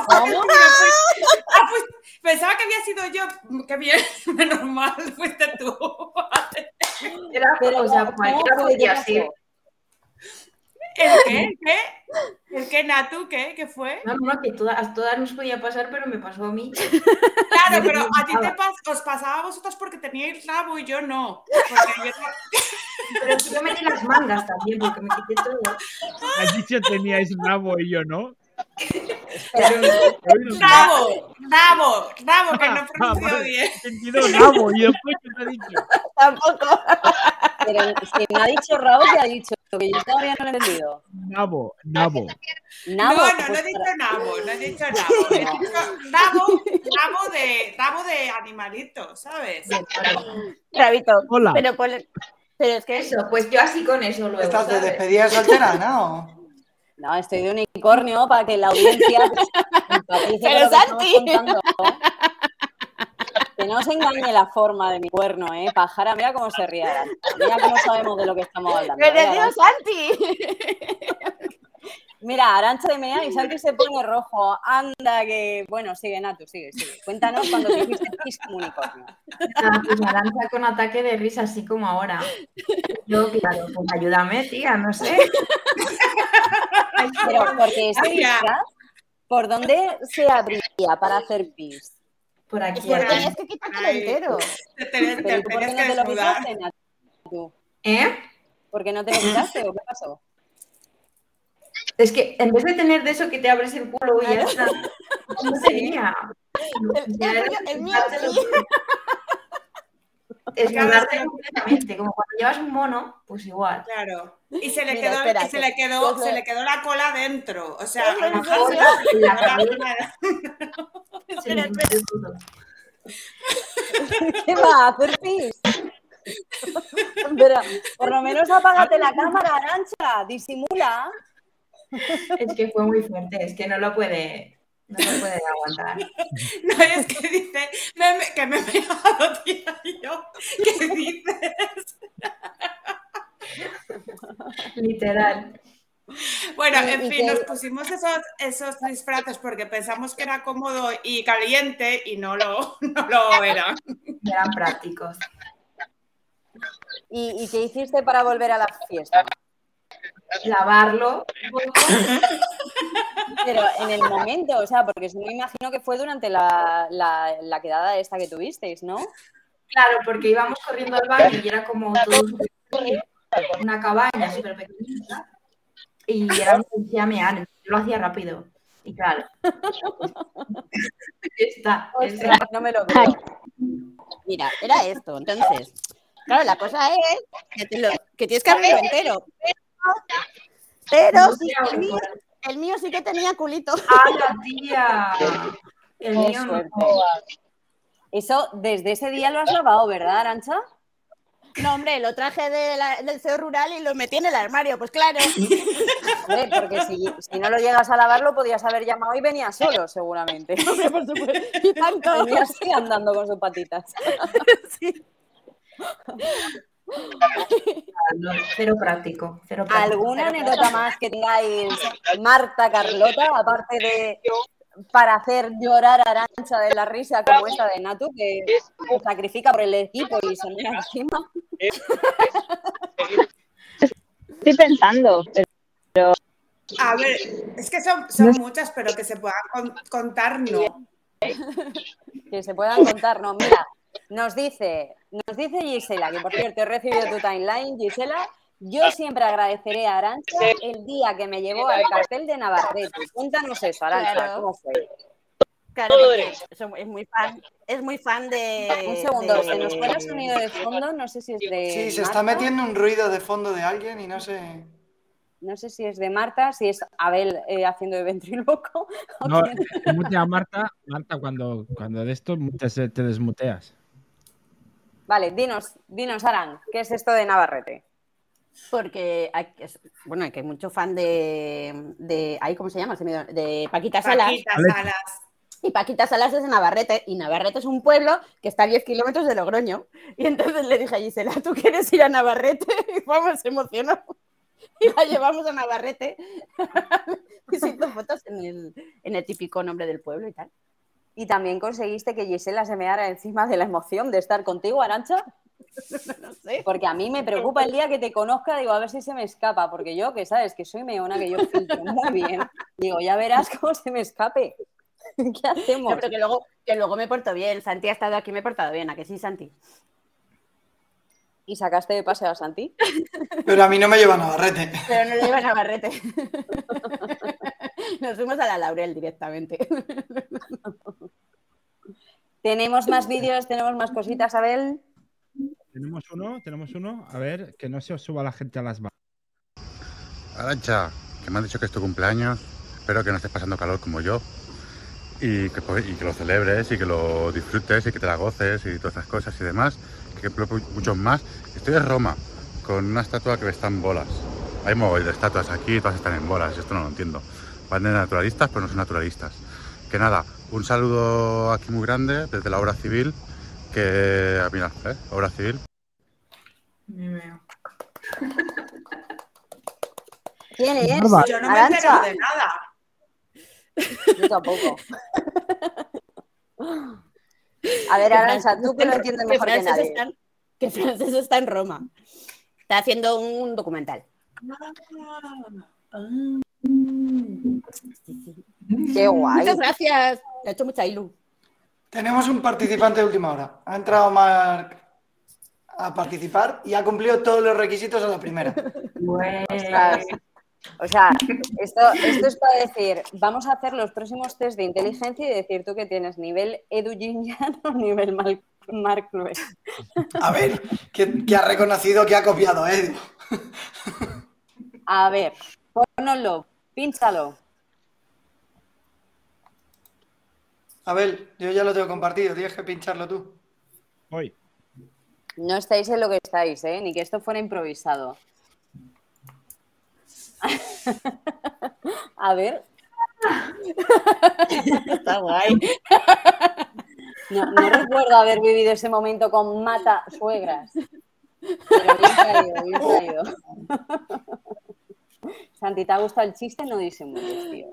Pues pensaba que había sido yo. Qué bien, menos mal, fuiste tú. Pero, o sea, cualquiera podía ser. ¿El qué, Natu? ¿Qué fue? No, que a todas nos podía pasar, pero me pasó a mí. Claro, pero a ti os pasaba a vosotras porque teníais rabo y yo no. Pero yo metí las mangas también, porque me quité todo. Has dicho teníais rabo y yo no. Rabo, que no pronuncio bien. He entendido rabo y después te ha dicho. Tampoco. Pero si me ha dicho rabo, ¿qué ha dicho? Que yo todavía no lo he entendido. Nabo. No he dicho nabo. He dicho rabo de animalito, ¿sabes? Rabito. Hola. Pero es que eso, pues yo así con eso luego. ¿Estás de despedida soltera, no? No, estoy de unicornio para que la audiencia empatice con lo que estamos contando. Que no se engañe la forma de mi cuerno, pajara. Mira cómo se ríe Arantxa. Mira cómo sabemos de lo que estamos hablando. ¡Pero Dios, Santi! Mira, Arantxa de mea y Santi se pone rojo. Anda, que... Bueno, sigue, Natu, sigue. Cuéntanos cuando te hiciste pis como unicornio. Pues Arantxa con ataque de risa, así como ahora. Yo, claro, pues ayúdame, tía, no sé. Pero porque este disfraz, ¿por dónde se abría para hacer pis? Por aquí. Es que tenías que quitártelo entero. ¿Pero por qué no te lo quitaste, Natu? ¿Por qué no te lo quitaste o qué pasó? Es que en vez de tener de eso que te abres el culo y ya está, no tenía. El mío sí. Es mudarte completamente, como cuando llevas un mono, pues igual. Claro. Y se le quedó la cola dentro. O sea, a lo mejor ¿Qué va a hacer pis? Pero por lo menos apágate la cámara, Arantxa, disimula. Es que fue muy fuerte, es que no lo puede aguantar. No, es que dice que me he pegado, tía, y yo, ¿qué dices? Literal. Bueno, en fin, nos pusimos esos disfraces porque pensamos que era cómodo y caliente y no lo era. Eran prácticos. ¿Y qué hiciste para volver a la fiesta? Lavarlo. Pero en el momento, o sea, porque me imagino que fue durante la quedada esta que tuvisteis, ¿no? Claro, porque íbamos corriendo al baño y era como todo una cabaña súper pequeñita y era un llamear, yo lo hacía rápido. Y claro. No me lo creo. Mira, era esto, entonces. Claro, la cosa es que tienes que abrirlo entero. Pero sí, el mío sí que tenía culito. ¡Ah, la tía! El mío no. Eso, desde ese día lo has lavado, ¿verdad, Arantxa? No, hombre, lo traje del CEO rural y lo metí en el armario, pues claro. Hombre, porque si no lo llegas a lavar, lo podías haber llamado y venía solo, seguramente. Hombre, por supuesto. Y tanto. Venía así andando con sus patitas. Sí. Cero práctico. ¿Alguna anécdota más que tengáis, Marta, Carlota, aparte de para hacer llorar a Arantxa de la risa como esta de Natu, que se sacrifica por el equipo y se mira encima? Estoy pensando, pero... A ver, es que son muchas, pero que se puedan contar, no. Que se puedan contar, no. Mira, nos dice Gisela, que por cierto he recibido tu timeline, Gisela. Yo siempre agradeceré a Arantxa el día que me llevó al cartel de Navarrete. Cuéntanos eso, Arantxa, claro. ¿cómo fue? Claro, es muy fan de... Un segundo, se nos fue el sonido de fondo, no sé si es de Sí, se Marta. está metiendo un ruido de fondo de alguien y no sé... No sé si es de Marta, si es Abel haciendo de ventríloco. No, mutea a Marta, cuando de esto te desmuteas. Vale, dinos, Aran, ¿qué es esto de Navarrete? Porque hay mucho fan de ¿cómo se llama? De Paquita Salas. Y Paquita Salas es de Navarrete, y Navarrete es un pueblo que está a 10 kilómetros de Logroño. Y entonces le dije a Gisela, ¿tú quieres ir a Navarrete? Y vamos, se emocionó. Y la llevamos a Navarrete. Y se hizo fotos en el típico nombre del pueblo y tal. ¿Y también conseguiste que Gisela se meara encima de la emoción de estar contigo, Arantxa? No sé. Porque a mí me preocupa el día que te conozca, digo, a ver si se me escapa, porque yo, que sabes, que soy meona, que yo filtro muy bien, digo, ya verás cómo se me escape. ¿Qué hacemos? No, pero que luego me porto bien. Santi ha estado aquí, me he portado bien. ¿A que sí, Santi? ¿Y sacaste de paseo a Santi? Pero a mí no me lleva a Navarrete. Pero no le lleva a Navarrete. Nos fuimos a la Laurel directamente. ¿Tenemos más vídeos? ¿Tenemos más cositas, Abel? Tenemos uno. A ver, que no se os suba la gente a las manos. Arantxa, que me han dicho que es tu cumpleaños. Espero que no estés pasando calor como yo. Y que lo celebres y que lo disfrutes y que te la goces y todas esas cosas y demás. Que muchos más. Estoy en Roma con una estatua que está en bolas. Hay mogollón de estatuas aquí y todas están en bolas. Esto no lo entiendo. Van de naturalistas, pero no son naturalistas. Que nada, un saludo aquí muy grande desde la obra civil. Que, mira, obra civil. ¿Quién es? Yo no me he enterado de nada. Yo tampoco. A ver, Arantxa, tú que lo entiendes mejor que nadie. Que Frances está en Roma. Está haciendo un documental. Qué guay. Muchas gracias. Le ha hecho mucha ilu. Tenemos un participante de última hora. Ha entrado Marc a participar y ha cumplido todos los requisitos a la primera. O sea, esto es para decir, vamos a hacer los próximos test de inteligencia y decir tú que tienes nivel Edu Ginjan o nivel Marc Clues. A ver, que ha reconocido que ha copiado a Edu. A ver, pónoslo, pínchalo. Abel, yo ya lo tengo compartido, tienes que pincharlo tú. Voy. No estáis en lo que estáis, ni que esto fuera improvisado. A ver. Está guay. No recuerdo haber vivido ese momento con Mata Suegras. Pero bien traído, bien traído. Santi, ¿te ha gustado el chiste? No disimules, tío.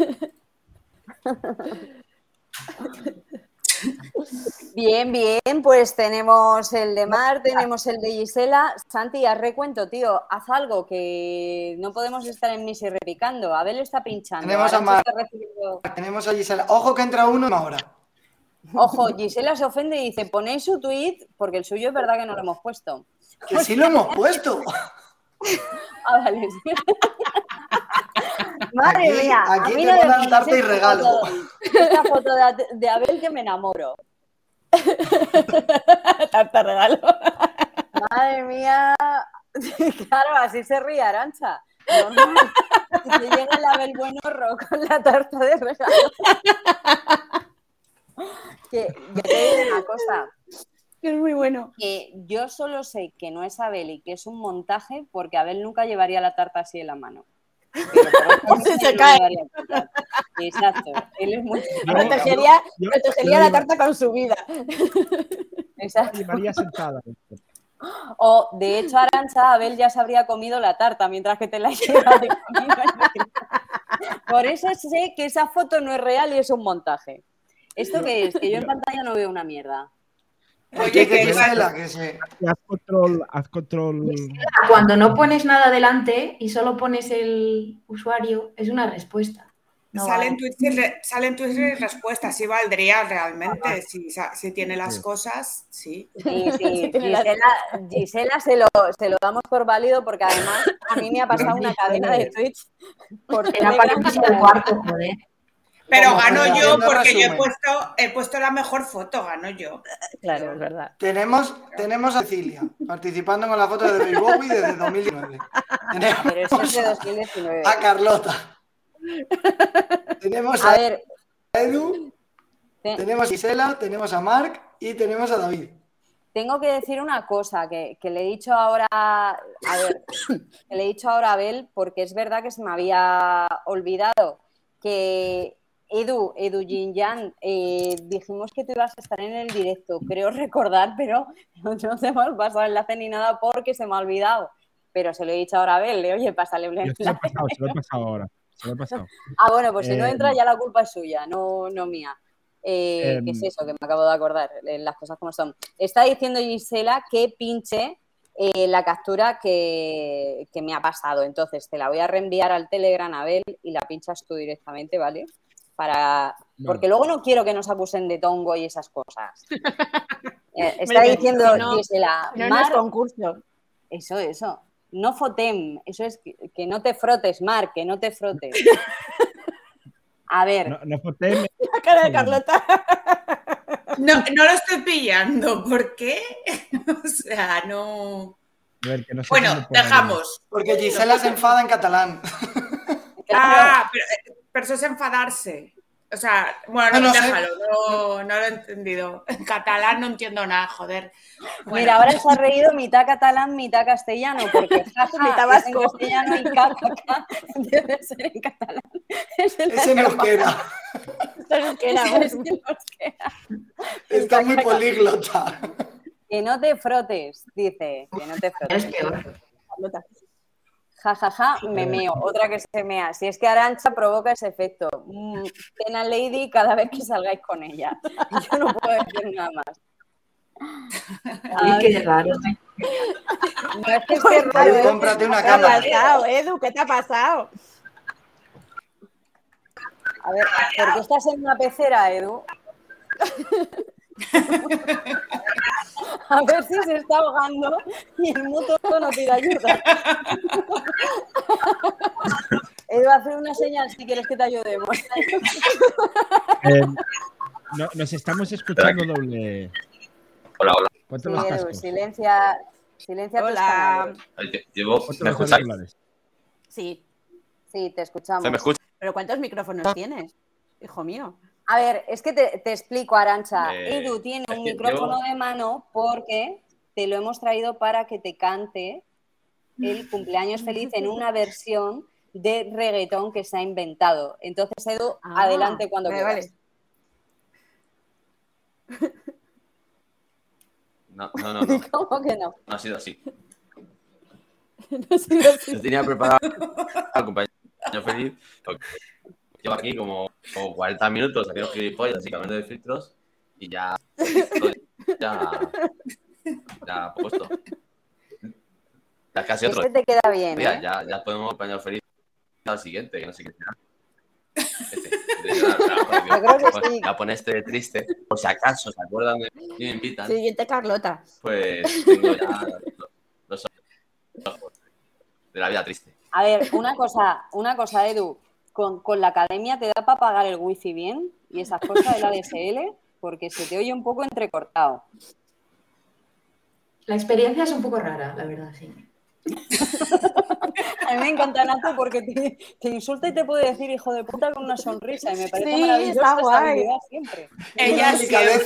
Bien, pues tenemos el de Mar, tenemos el de Gisela. Santi, haz recuento, tío, haz algo, que no podemos estar en misa y repicando. Abel está pinchando. Tenemos a Mar, tenemos a Gisela. Ojo que entra uno ahora. Ojo, Gisela se ofende y dice, ponéis su tweet, porque el suyo es verdad que no lo hemos puesto. Que sí lo hemos puesto. Ah, vale. Madre mía, aquí te ponen tarta y regalo. Esta foto de Abel que me enamoro. Tarta regalo. Madre mía. Claro, así se ríe Arantxa. Normal. Y te llega el Abel Buenorro con la tarta de regalo. Que yo te digo una cosa. Que es muy bueno. Que yo solo sé que no es Abel y que es un montaje porque Abel nunca llevaría la tarta así en la mano. Pero se cae. Exacto. Él es muy... Protegería la tarta con su vida. Exacto. Llevaría sentada. O, de hecho, Arantxa, Abel ya se habría comido la tarta mientras que te la lleva de camino. Por eso sé que esa foto no es real y es un montaje. ¿Esto qué es? Que yo en pantalla no veo una mierda. Oye, que se... Haz control. Cuando no pones nada delante y solo pones el usuario, es una respuesta. No salen tweets y respuestas, sí valdría realmente, si tiene las cosas, sí. Sí. Gisela se lo damos por válido porque además a mí me ha pasado una cadena de tweets. Era para empezar el cuarto, joder. Pero gano yo porque yo he puesto la mejor foto, gano yo. Claro, es verdad. Tenemos a Cecilia participando con la foto de David Bowie desde 2019. Pero eso es de 2019. A Carlota. Tenemos a Edu, tenemos a Gisela, tenemos a Marc y tenemos a David. tengo que decir una cosa que le he dicho ahora, a ver, que le he dicho ahora a Abel, porque es verdad que se me había olvidado que Edu Jinyan, dijimos que tú ibas a estar en el directo, creo recordar, pero no te hemos pasado enlace ni nada porque se me ha olvidado. Pero se lo he dicho ahora a Abel, oye, pásale el enlace. Se lo he pasado ahora. Se lo he pasado. Ah, bueno, pues si no entra ya la culpa es suya, no mía. ¿Qué es eso? Que me acabo de acordar, las cosas como son. Está diciendo Gisela que pinche la captura que me ha pasado. Entonces te la voy a reenviar al Telegram, Abel, y la pinchas tú directamente, ¿vale? Porque luego no quiero que nos acusen de tongo y esas cosas. Está diciendo Gisela, no es concurso. Eso. No fotem, eso es que no te frotes, Mar, que no te frotes. A ver. No fotem. La cara de Carlota. No lo estoy pillando. ¿Por qué? O sea, no... A ver, que no sé bueno, dejamos. Porque Gisela se enfada en catalán. Ah, pero eso es enfadarse. O sea, bueno, no, déjalo, no lo he entendido. En catalán no entiendo nada, joder. Bueno. Mira, ahora se ha reído mitad catalán, mitad castellano, porque mitad vasco en castellano y caca debe ser en catalán. Ese nos queda. Está muy políglota. Que no te frotes, dice. Que no te frotes. Es peor. Ja, me meo. Otra que se mea. Si es que Arantxa provoca ese efecto. Pena Lady cada vez que salgáis con ella. Yo no puedo decir nada más. Ay, qué raro. No es que esté raro. Cómprate una cámara. ¿Qué te ha pasado, Edu? ¿Qué te ha pasado? A ver, ¿por qué estás en una pecera, Edu? A ver si se está ahogando y el mutuo no pide ayuda. Edu, hacer una señal si quieres que te ayudemos. Nos estamos escuchando doble. Hola. Sí, Edu, silencia hola. ¿Me escucháis? Sí, te escuchamos. ¿Se me escucha? ¿Pero cuántos micrófonos tienes, hijo mío? A ver, es que te explico, Arantxa. Edu tiene un micrófono de mano porque te lo hemos traído para que te cante el cumpleaños feliz en una versión de reggaetón que se ha inventado. Entonces, Edu, adelante cuando quieras. Vale. No. ¿Cómo que no? No ha sido así. No ha sido así. Yo tenía preparado el cumpleaños feliz. Llevo aquí como 40 minutos haciendo gilipollas, así cambiando de filtros y ya puesto. Ya casi otro. Este te queda bien, Mira, ¿eh? ya podemos acompañar feliz al siguiente, que no sé qué será. Yo creo que sí. Ya pone este triste, por si acaso se acuerdan de mí y me invitan. Siguiente, Carlota. Pues tengo ya los ojos de la vida triste. A ver, una cosa, Edu. Con la academia te da para pagar el wifi bien y esas cosas de la DSL, porque se te oye un poco entrecortado. La experiencia es un poco rara, la verdad, sí. A mí me encanta Nato porque te insulta y te puede decir hijo de puta con una sonrisa y me parece Sí, maravilloso está esa guay. habilidad siempre. Ella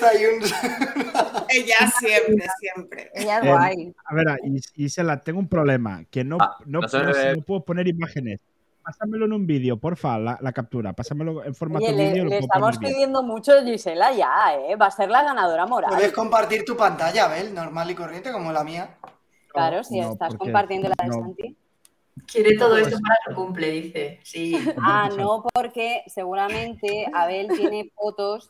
siempre. siempre. Ella es guay. A ver, Gisela, tengo un problema, que no puedo poner imágenes. Pásamelo en un vídeo, porfa, la captura. Pásamelo en formato Oye, vídeo. le estamos pidiendo mucho, Gisela, ya, ¿eh? Va a ser la ganadora moral. Puedes compartir tu pantalla, Abel, normal y corriente, como la mía. Claro, si estás compartiendo la de Santi. Quiere todo esto para su cumple, dice. Sí. Ah, no, porque seguramente Abel tiene fotos.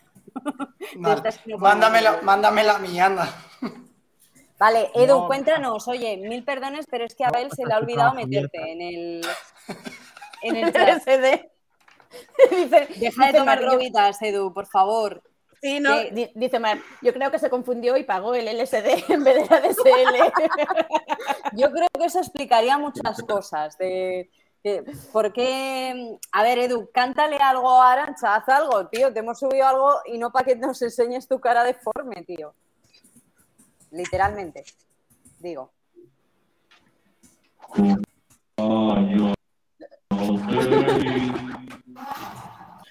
Mándame la mía, anda. Vale, Edu, cuéntanos, oye, 1000 perdones, pero es que a Abel se le ha olvidado meterte en el chat. Deja de tomar droguitas, Edu, por favor. Sí, no, dice Mar, yo creo que se confundió y pagó el LSD en vez de la DSL. Yo creo que eso explicaría muchas cosas. ¿Por qué? A ver, Edu, cántale algo a Arantxa, haz algo, tío. Te hemos subido algo y no para que nos enseñes tu cara deforme, tío. Literalmente, digo.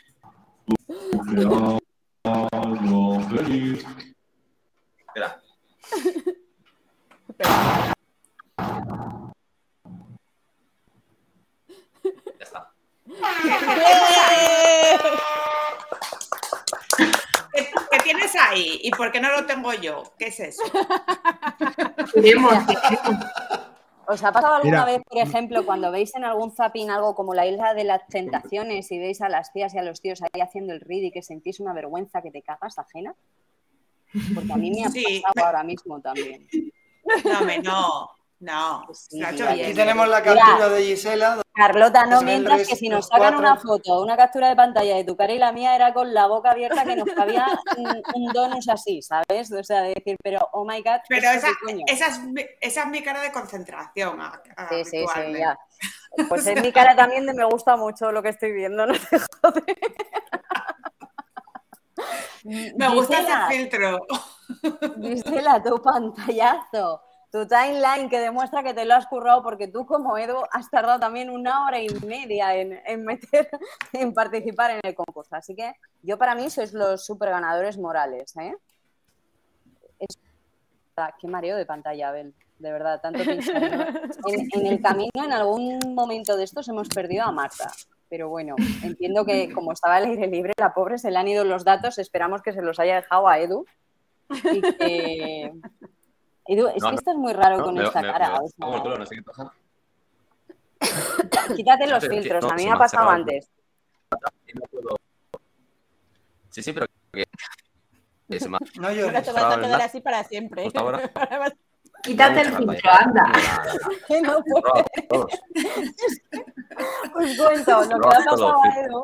Espera. Ya está. ¿Qué tienes ahí? ¿Y por qué no lo tengo yo? ¿Qué es eso? ¿Os ha pasado alguna Mira. vez, por ejemplo, cuando veis en algún zapping algo como la Isla de las Tentaciones y veis a las tías y a los tíos ahí haciendo el read y que sentís una vergüenza que te cagas ajena? Porque a mí me ha pasado ahora mismo también. No. Sí, Aquí tenemos la captura de Gisela. Carlota, no mientras que si nos sacan una foto, una captura de pantalla de tu cara y la mía era con la boca abierta que nos cabía un donus así, ¿sabes? O sea, de decir, pero oh my god. Pero esa es mi cara de concentración. Sí, ya. Pues es mi cara también de me gusta mucho lo que estoy viendo, no te jode. Me gusta ese filtro. Gisela, tu pantallazo. Tu timeline que demuestra que te lo has currado porque tú como Edu has tardado también 1 hora y media en participar en el concurso. Así que yo para mí sois los super ganadores morales, ¿eh? Qué mareo de pantalla, Abel. De verdad, tanto pinchar. En el camino, en algún momento de estos hemos perdido a Marta. Pero bueno, entiendo que como estaba al aire libre, la pobre se le han ido los datos. Esperamos que se los haya dejado a Edu. Y que... Edu, es que estás muy raro con esta cara. Quítate los filtros, a mí me ha pasado antes. Sí, pero que no llores. Te vas a quedar así para siempre. Quítate el filtro, anda. No puedo. Os cuento, lo que le ha pasado a Edu.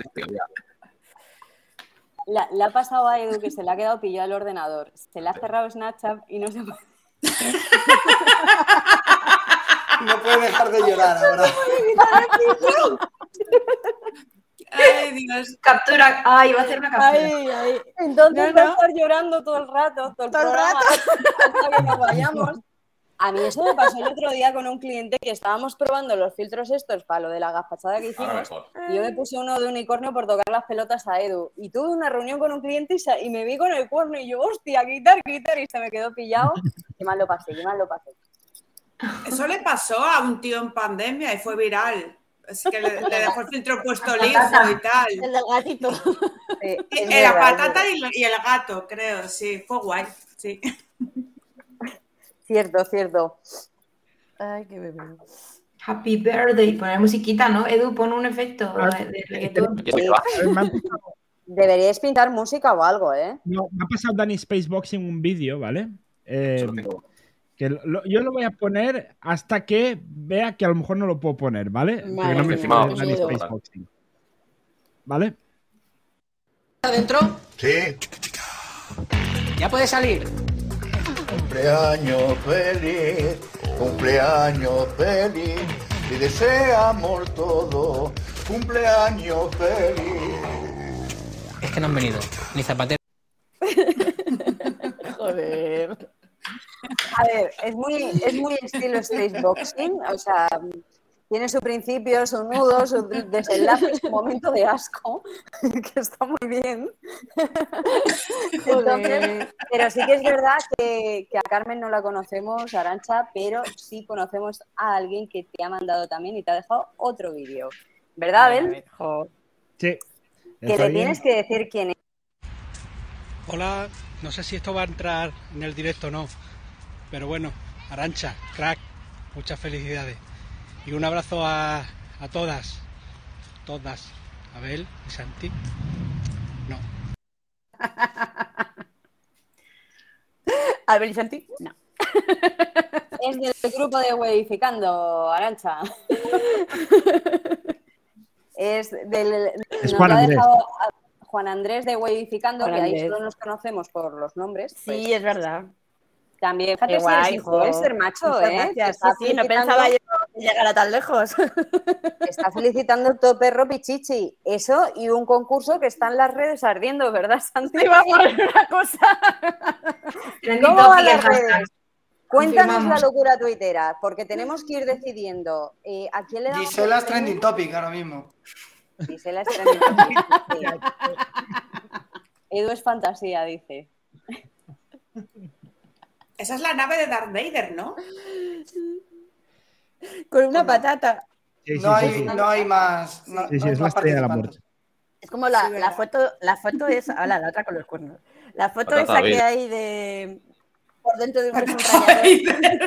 Le ha pasado a Edu que se le ha quedado pillado el ordenador. Se le ha cerrado Snapchat y no se puede. No puede dejar de llorar ahora. Ay, Dios. Captura. Ay, va a hacer una captura. Ay. Entonces va a estar llorando todo el rato, todo el programa, hasta que nos vayamos. A mí eso me pasó el otro día con un cliente que estábamos probando los filtros estos para lo de la gazpachada que hicimos y yo me puse uno de unicornio por tocar las pelotas a Edu y tuve una reunión con un cliente y me vi con el cuerno y yo, hostia, quitar y se me quedó pillado. Qué mal lo pasé. Eso le pasó a un tío en pandemia y fue viral. Es que le dejó el filtro puesto lijo y tal. El del gatito. Sí, la patata y el gato, creo, sí. Fue guay, sí. Cierto. Ay, qué bebé. Happy birthday. Poner musiquita, ¿no? Edu, pon un efecto de reggaetón. Deberíais pintar música o algo, ¿eh? No, me ha pasado Dani Spaceboxing un vídeo, ¿vale? Que yo lo voy a poner hasta que vea que a lo mejor no lo puedo poner, ¿vale? Porque no me fío de Dani Spaceboxing. ¿Vale? ¿Adentro? Sí. Ya puede salir. Cumpleaños feliz, y deseamos todo. Cumpleaños feliz. Es que no han venido, ni Zapatero. Joder. A ver, es muy estilo spaceboxing, o sea, tiene su principio, su nudo, su desenlace, su momento de asco, que está muy bien. Entonces, pero sí que es verdad que a Carmen no la conocemos, Arantxa, pero sí conocemos a alguien que te ha mandado también y te ha dejado otro vídeo. ¿Verdad, Abel? Sí. Que le tienes que decir quién es. Hola, no sé si esto va a entrar en el directo o no, pero bueno, Arantxa, crack, muchas felicidades. Y un abrazo a todas, Abel y Santi. No. Abel y Santi, no. Es del grupo de Weificando, Arantxa. Es del... Es Juan Andrés. Juan Andrés de Weificando, que ahí solo nos conocemos por los nombres. Sí, pues, es verdad. También, fíjate si eres influencer, macho, ¿eh? Sí, no pensaba yo llegar a tan lejos. Está felicitando todo perro pichichi. Eso y un concurso que está en las redes ardiendo, ¿verdad, Santi? Vamos a ver una cosa. ¿Cómo van las redes? Cuéntanos la locura tuitera, porque tenemos que ir decidiendo a quién le damos... Gisela es trending topic ahora mismo. Gisela es trending topic. Edu es fantasía, dice. Esa es la nave de Darth Vader, ¿no? Con una patata. Sí, No hay más. No, Sí, no hay es la más estrella de la participantes. muerte. Es como la foto esa. Hola, la otra con los cuernos. La foto Patata esa que Vader. hay de. Por dentro de un desentrañador.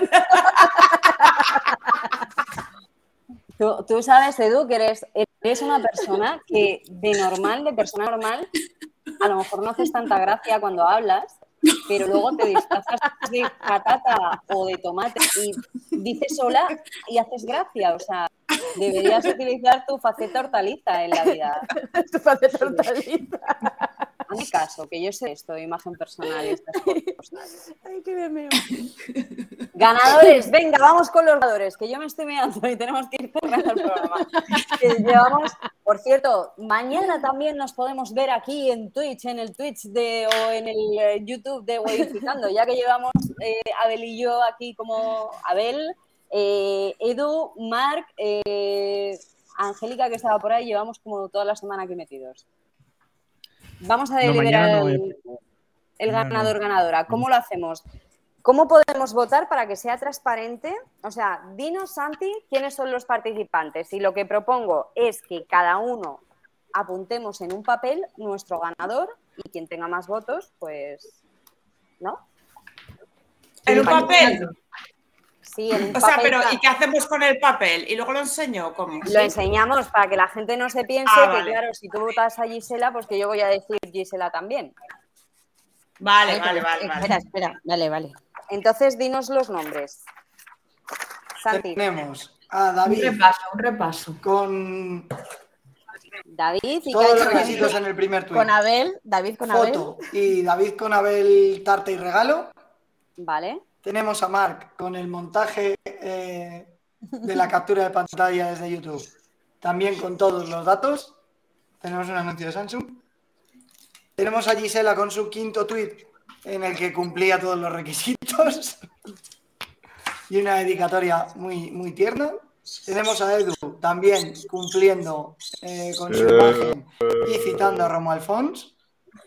Tú sabes, Edu, que eres una persona que de persona normal, a lo mejor no haces tanta gracia cuando hablas, pero luego te disfrazas de patata o de tomate y dices hola y haces gracia. O sea, deberías utilizar tu faceta hortaliza en la vida. Tu faceta hortaliza. Hazme caso, que yo sé esto de imagen personal y estas cosas. Ay, qué bien. Ganadores, venga, vamos con los ganadores, que yo me estoy mirando y tenemos que ir cerrando el programa. Llevamos, por cierto, mañana también nos podemos ver aquí en Twitch, en el Twitch o en el YouTube de Wayficando, ya que llevamos Abel y yo aquí como Abel, Edu, Marc, Angélica, que estaba por ahí, llevamos como toda la semana aquí metidos. Vamos a deliberar el ganador-ganadora. ¿Cómo lo hacemos? ¿Cómo podemos votar para que sea transparente? O sea, dinos, Santi, quiénes son los participantes. Y lo que propongo es que cada uno apuntemos en un papel nuestro ganador y quien tenga más votos, pues, ¿no? ¿En un papel? Sí, en un papel. O sea, pero ¿y qué hacemos con el papel? ¿Y luego lo enseño? ¿Cómo? Lo enseñamos para que la gente no se piense vale. que, claro, si tú votas a Gisela, pues que yo voy a decir Gisela también. Vale. Espera. Vale. Entonces, dinos los nombres. Santi. Tenemos a David. Un repaso. Con David y todos los requisitos en el primer tuit. Con Abel, David con Foto Abel. y David con Abel, tarta y regalo. Vale. Tenemos a Marc con el montaje de la captura de pantalla desde YouTube. También con todos los datos. Tenemos un anuncio de Samsung. Tenemos a Gisela con su quinto tuit en el que cumplía todos los requisitos. Y una dedicatoria muy, muy tierna. Tenemos a Edu también cumpliendo con su imagen y citando a Romo Alfons.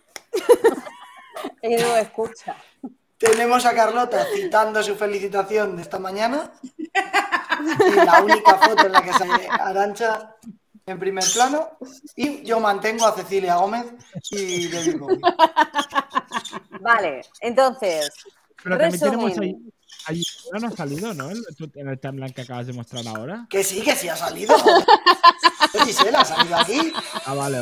Edu, escucha. Tenemos a Carlota citando su felicitación de esta mañana. Y la única foto en la que sale Arantxa en primer plano. Y yo mantengo a Cecilia Gómez y David Bowie. Vale, entonces. Pero también tenemos ahí no ha salido, ¿no? En el timeline que acabas de mostrar ahora. Que sí ha salido. Gisela ha salido aquí. Ah, vale.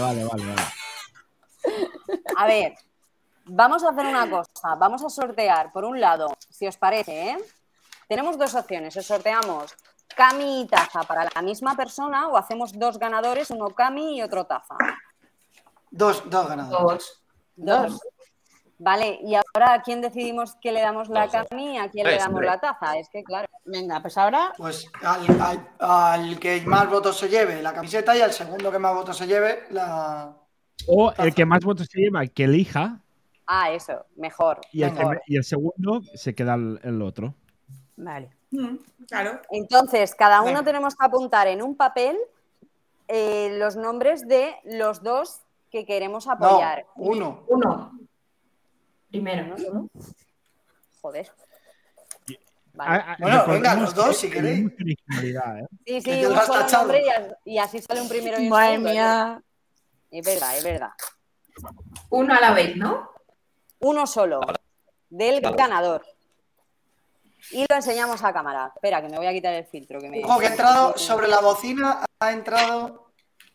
A ver, vamos a hacer una cosa. Vamos a sortear, por un lado, si os parece, ¿eh? Tenemos dos opciones. Os sorteamos Cami y taza para la misma persona o hacemos dos ganadores, uno Cami y otro taza. Dos ganadores. Dos. Vale, y ahora ¿a quién decidimos que le damos la Cami y a quién le damos la taza? Es que claro. Venga, pues ahora. Pues al que más votos se lleve la camiseta y al segundo que más votos se lleve la. O el que más votos se lleva, que elija. Ah, eso, mejor. Y el segundo se queda el otro. Vale. Claro. Entonces, cada uno tenemos que apuntar en un papel los nombres de los dos que queremos apoyar. No, uno. Primero. ¿No? Joder. Vale. Bueno, venga, los dos si queréis. Sí, un solo nombre y así sale un primero y un Madre segundo. mía. Es verdad. Uno a la vez, ¿no? Uno solo. Del ganador. Y lo enseñamos a cámara. Espera, que me voy a quitar el filtro. Que Ojo, que ha entrado sobre la bocina, ha entrado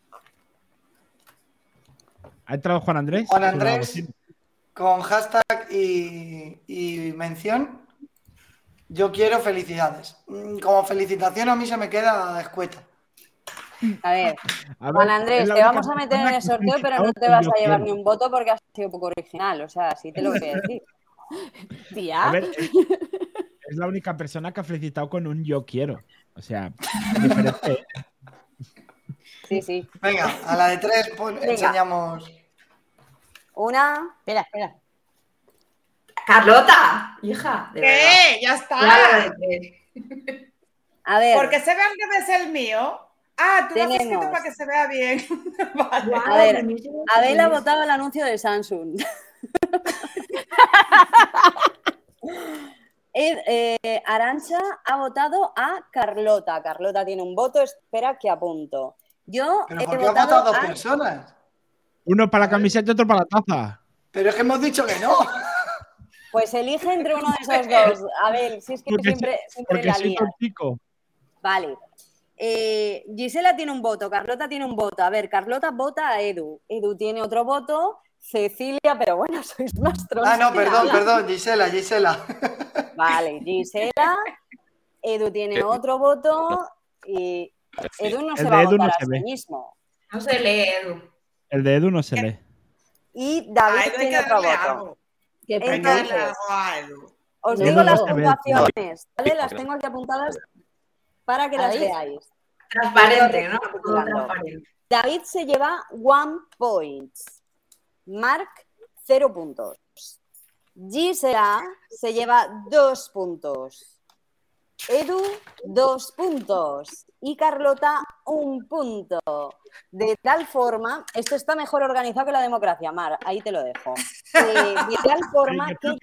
Juan Andrés. Juan Andrés con hashtag y mención. Yo quiero felicidades. Como felicitación a mí se me queda escueta. A ver, Juan Andrés, te vamos a meter en el sorteo, pero no te vas a llevar ni un voto porque has sido poco original. O sea, así te lo voy a decir. Tía. A ver, es la única persona que ha felicitado con un yo quiero. O sea, diferente. Sí. Venga, a la de 3 enseñamos. Una. Espera. ¡Carlota! Hija. ¿Qué? Ya está. A ver. Porque se ve al revés el mío. Ah, tú lo has escrito para que se vea bien. Vale. A ver, Abel ha votado el anuncio de Samsung. Arantxa ha votado a Carlota. Carlota tiene un voto, espera que apunto. Yo ¿Pero he por qué han votado votado dos a... personas? Uno para la camiseta y otro para la taza. Pero es que hemos dicho que no. Pues elige entre uno de esos dos. A ver, si es que siempre la soy lías. tontico. Vale. Gisela tiene un voto, Carlota tiene un voto. A ver, Carlota vota a Edu. Edu tiene otro voto. Cecilia, pero bueno, sois más tronchos. Ah, no, perdón, Gisela. Vale, Gisela. Edu tiene otro voto y Edu no se va a votar a sí mismo. No se lee, Edu. El de Edu no se lee. Y David tiene otro voto. Entonces, os digo las puntuaciones, ¿vale? Las tengo aquí apuntadas para que las veáis. Transparente, ¿no? Todo transparente. David se lleva 1 point. Marc, 0 puntos. Gisela se lleva 2 puntos. Edu, 2 puntos. Y Carlota, 1 punto. De tal forma, esto está mejor organizado que la democracia, Mar, ahí te lo dejo. De tal forma que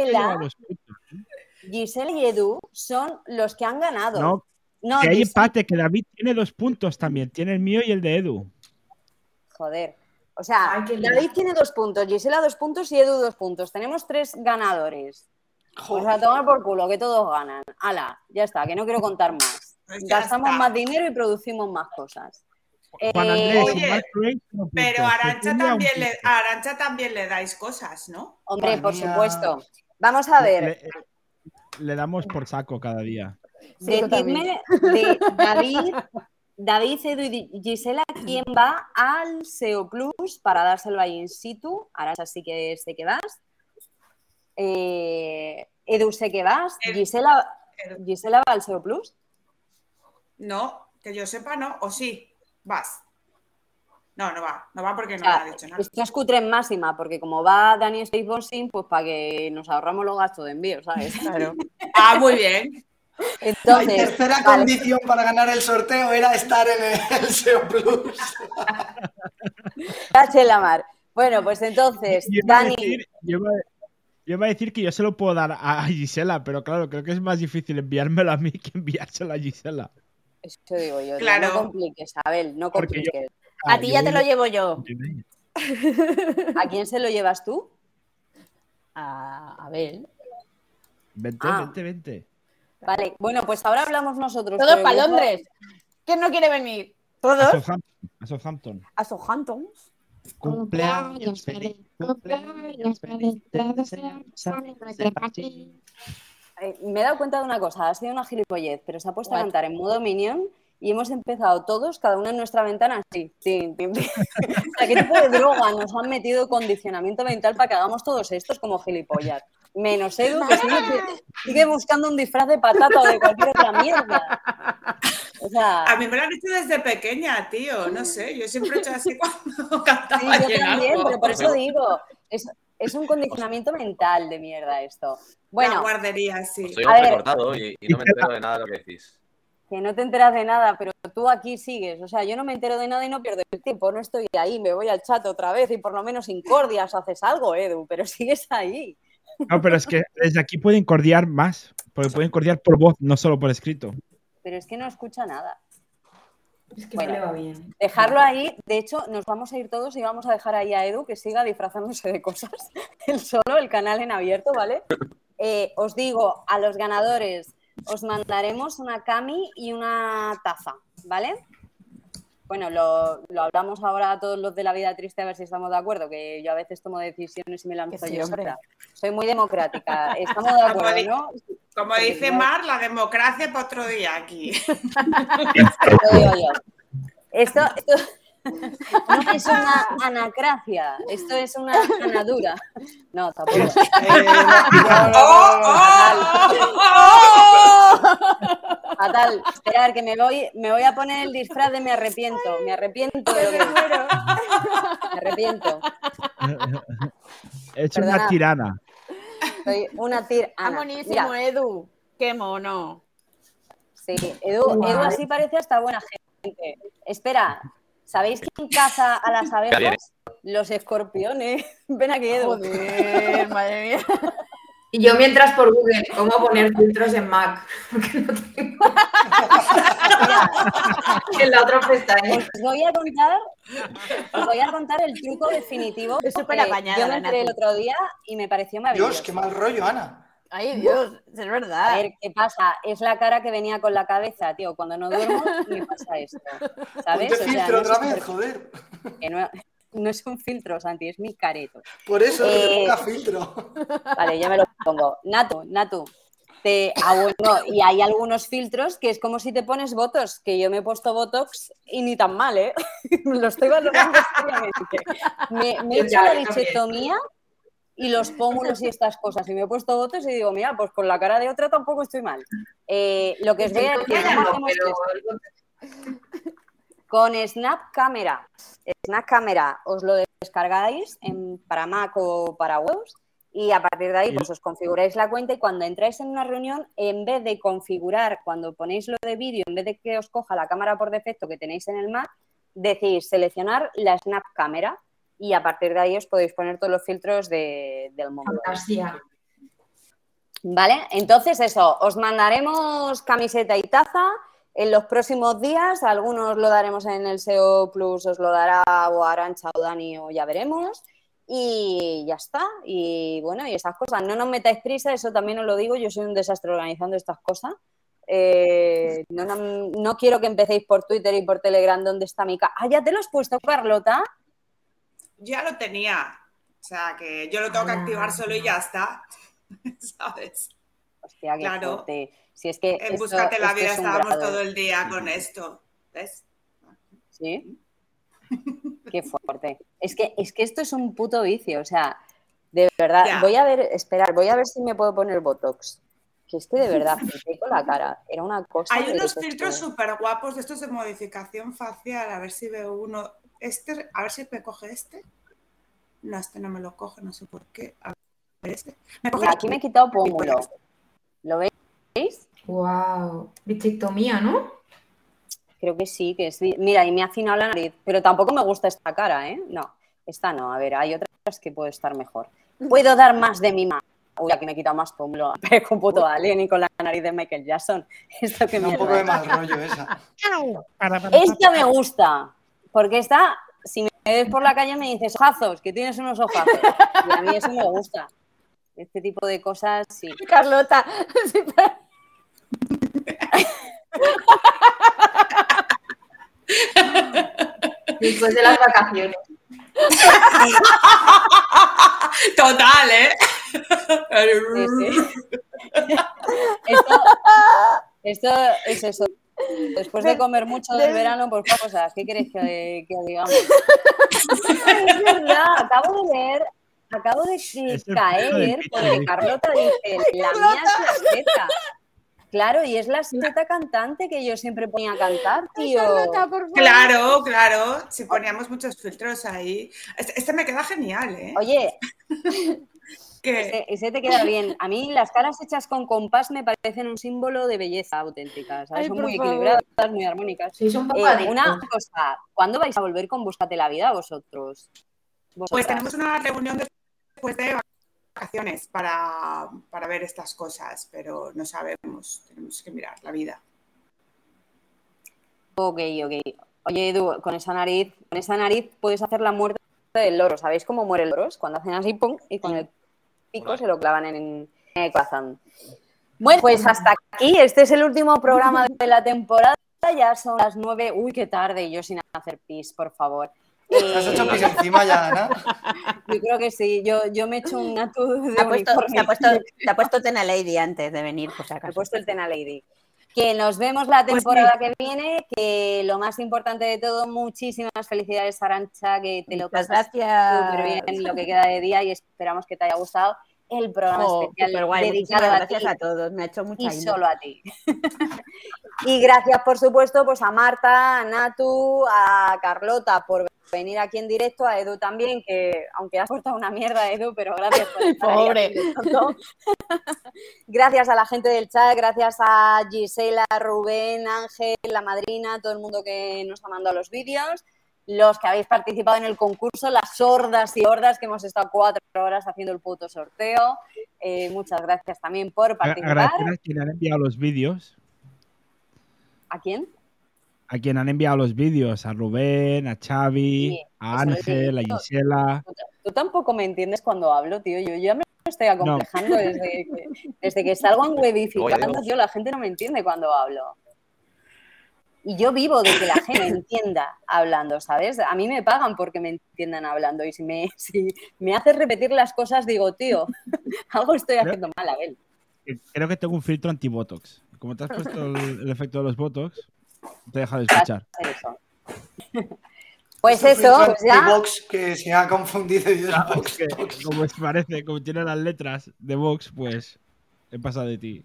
Gisela y Edu son los que han ganado. No, que hay empate, que David tiene 2 puntos también. Tiene el mío y el de Edu. Joder. O sea, David tiene 2 puntos, Gisela 2 puntos y Edu 2 puntos. Tenemos 3 ganadores. O sea, tomar por culo, que todos ganan. Hala, ya está, que no quiero contar más. Gastamos más dinero y producimos más cosas. Oye, pero a Arantxa también le dais cosas, ¿no? Hombre, por supuesto. Vamos a ver. Le damos por saco cada día. Decidme de David, Edu y Gisela, ¿quién va al SEO Plus para dárselo ahí in situ? Arantxa sí que sé que vas. Edu sé que vas. ¿Gisela va al SEO Plus? No, que yo sepa no, o sí, vas. No va porque no me ha dicho nada. Esto es cutre en máxima, porque como va Dani Stapleton, pues para que nos ahorramos los gastos de envío, ¿sabes? Claro. Muy bien. Entonces, la tercera condición para ganar el sorteo era estar en el SEO Plus. Cache la mar. Bueno, pues entonces, Dani... Yo iba a decir que yo se lo puedo dar a Gisela, pero claro, creo que es más difícil enviármelo a mí que enviárselo a Gisela. Eso digo yo. Claro. No compliques, Abel, no compliques. A ti ya te lo llevo yo. ¿A quién se lo llevas tú? A Abel. Vente. Vale, bueno, pues ahora hablamos nosotros. Todos para Londres. ¿Quién no quiere venir? ¿Todos? A Southampton. ¿A Southampton? Cumpleaños feliz, cumpleaños feliz, te deseamos amigos de aquí. Me he dado cuenta de una cosa, ha sido una gilipollez, pero se ha puesto a cantar en modo Minion y hemos empezado todos, cada uno en nuestra ventana, así. O sea, ¿qué tipo de droga nos han metido condicionamiento mental para que hagamos todos estos como gilipollas? Menos Edu, que sigue buscando un disfraz de patata o de cualquier otra mierda. O sea, a mí me lo han hecho desde pequeña, tío. No sé, yo siempre he hecho así cuando cantaba. Sí, yo también, pero por eso digo, es un condicionamiento mental de mierda esto. Bueno, la guardería, sí. Estoy recortado y no me entero de nada de lo que decís. Que no te enteras de nada, pero tú aquí sigues. O sea, yo no me entero de nada y no pierdo el tiempo. No estoy ahí, me voy al chat otra vez y por lo menos incordias o haces algo, Edu, pero sigues ahí. No, pero es que desde aquí pueden cordiar más, porque pueden cordiar por voz, no solo por escrito. Pero es que no escucha nada. Es que bueno, le va bien. Dejarlo ahí. De hecho, nos vamos a ir todos y vamos a dejar ahí a Edu que siga disfrazándose de cosas. Él solo, el canal en abierto, ¿vale? Os digo, a los ganadores os mandaremos una cami y una taza, ¿vale? Bueno, lo hablamos ahora a todos los de la vida triste a ver si estamos de acuerdo, que yo a veces tomo decisiones y me lanzo yo sola. Soy muy democrática. Estamos de acuerdo, ¿no? Como dice Mar, la democracia para otro día aquí. Lo digo yo. Esto no es una anacracia, esto es una anadura. No, tampoco. Fatal. Esperar, que me voy a poner el disfraz de me arrepiento de lo que me arrepiento. He hecho una tirana. Soy una tirana. Buenísimo, mira. Edu. Qué mono. Sí, Edu así parece hasta buena gente. Espera, ¿sabéis quién caza a las abejas? Los escorpiones. Ven aquí, Edu. Joder, madre mía. Y yo mientras por Google, ¿cómo poner filtros en Mac? Porque no tengo en la otra pestaña. Os voy a contar el truco definitivo. Es súper que apañada, yo me la enteré el Natu. otro día y me pareció maravilloso. Dios, qué mal rollo, Ana. Ay, Dios, es verdad. A ver, ¿qué pasa? Es la cara que venía con la cabeza, tío. Cuando no duermo me pasa esto, ¿sabes? Ponte filtro no otra es vez, joder. que no es un filtro, Santi, es mi careto. Por eso que te ponga filtro. Vale, ya me lo pongo. Natu, bueno, y hay algunos filtros que es como si te pones Botox, que yo me he puesto Botox y ni tan mal, ¿eh? Lo estoy valorando seriamente. Me he hecho la bichectomía y los pómulos y estas cosas, y me he puesto Botox y digo, mira, pues con la cara de otra tampoco estoy mal. Lo que os voy a decir, ¿cómo hacemos esto? Con Snap Camera. Snap Camera os lo descargáis para Mac o para Windows y a partir de ahí pues os configuráis la cuenta y cuando entráis en una reunión, en vez de configurar, cuando ponéis lo de vídeo, en vez de que os coja la cámara por defecto que tenéis en el Mac, decís seleccionar la Snap Camera y a partir de ahí os podéis poner todos los filtros del mundo. Fantasía. ¿Vale? Entonces eso, os mandaremos camiseta y taza en los próximos días, algunos lo daremos en el SEO Plus, os lo dará o Arantxa o Dani o ya veremos y ya está. Y bueno, y esas cosas, no nos metáis prisa, eso también os lo digo, yo soy un desastre organizando estas cosas. No quiero que empecéis por Twitter y por Telegram, ¿dónde está mi casa? ¿Ya te lo has puesto, Carlota? Ya lo tenía, o sea que yo lo tengo que activar solo y ya está, ¿sabes? Hostia, qué claro. fuerte. Si es que en Búscate la Vida es estábamos grado. todo el día con esto, ¿ves? Sí. Qué fuerte. Es que esto es un puto vicio, o sea, de verdad, Ya. voy a ver si me puedo poner Botox. Que es que de verdad, flipé con la cara. Era una cosa. Hay de unos que filtros súper guapos de estos de modificación facial, a ver si veo uno. A ver si me coge este. No, este no me lo coge, no sé por qué. A ver este. Mira, aquí me he quitado pómulo. ¿Lo veis? Wow. Bichectomía, ¿no? Creo que sí, que es. Mira, y me ha afinado la nariz. Pero tampoco me gusta esta cara, ¿eh? No, esta no. A ver, hay otras que puede estar mejor. Puedo dar más de mi mano. Uy, aquí me he quitado más pómulo. Parezco un puto alien y con la nariz de Michael Jackson. Esto que me un poco de mal rollo esa. Esta me gusta. Porque esta, si me ves por la calle me dices, ojazos, que tienes unos ojazos. Y a mí eso me gusta. Este tipo de cosas, sí. Carlota. Después de las vacaciones. Total, ¿eh? Esto es eso. Después de comer mucho del verano, pues cosas. ¿Qué queréis que digamos? Es verdad, acabo de caer porque Carlota dice, la mía es la seta. Claro, y es la seta cantante que yo siempre ponía a cantar, tío. Claro, claro. Si poníamos muchos filtros ahí. Este me queda genial, ¿eh? Oye, ese te queda bien. A mí las caras hechas con compás me parecen un símbolo de belleza auténtica. ¿Sabes? Ay, son por muy favor. equilibradas, muy armónicas. Sí, son poco una cosa, ¿cuándo vais a volver con Búscate la Vida vosotros? Pues tenemos una reunión después de vacaciones para ver estas cosas, pero no sabemos, tenemos que mirar la vida. Ok. Oye, Edu, con esa nariz puedes hacer la muerte del loro. ¿Sabéis cómo mueren los loros? Cuando hacen así, pum, y con el pico se lo clavan en el corazón. Bueno, pues hasta aquí. Este es el último programa de la temporada. Ya son las 9. Uy, qué tarde. Y yo sin hacer pis, por favor. ¿Te has hecho pis encima ya, Ana? Yo creo que sí. Yo me he hecho un natu de Se ha puesto Tena Lady antes de venir, por si acaso. Me he puesto el Tena Lady. Que nos vemos la temporada que viene, que lo más importante de todo, muchísimas felicidades, Arantxa, que te lo pasas súper bien lo que queda de día y esperamos que te haya gustado el programa especial guay, dedicado a ti. Gracias a todos, me ha hecho mucha Y ilusión. solo a ti. Y gracias, por supuesto, pues a Marta, a Natu, a Carlota por venir aquí en directo, a Edu también, que aunque has cortado una mierda, Edu, pero gracias por estar Pobre. ahí haciendo todo. Gracias a la gente del chat, gracias a Gisela, Rubén, Ángel, la madrina, todo el mundo que nos ha mandado los vídeos. los que habéis participado en el concurso, las sordas y hordas que hemos estado 4 horas haciendo el puto sorteo. Muchas gracias también por participar. Agradecer a quien han enviado los vídeos. ¿A quién? A quien han enviado los vídeos, a Rubén, a Xavi, Sí, a Ángel, a Gisela. Tú tampoco me entiendes cuando hablo, tío. Yo ya me estoy acomplejando desde que salgo en Webificando, tío, la gente no me entiende cuando hablo. Y yo vivo de que la gente me entienda hablando, ¿sabes? A mí me pagan porque me entiendan hablando y si me haces repetir las cosas, digo, tío, algo estoy haciendo mal, Abel. Creo que tengo un filtro anti-botox. Como te has puesto el efecto de los botox, te deja de escuchar. Pues eso, pues ya. Vox que se ha confundido. Vox, como parece, como tiene las letras de Vox, pues he pasado de ti.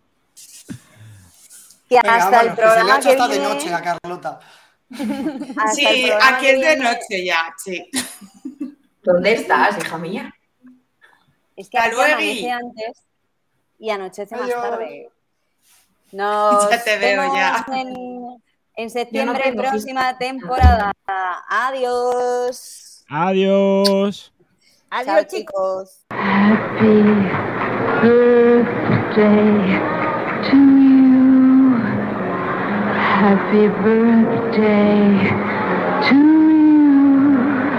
Y hasta el programa se le ha hecho hasta viene... de noche a Carlota. Sí, aquí es de noche ya, sí. ¿Dónde estás, hija mía? Es que aquí amanece antes y anochece más tarde. Ya te veo ya. En septiembre, próxima temporada. Adiós. Adiós. Adiós, chicos. Happy birthday to you. Happy birthday to you.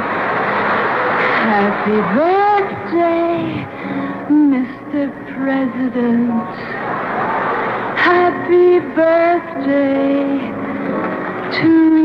Happy birthday, Mr. President. Happy birthday to you.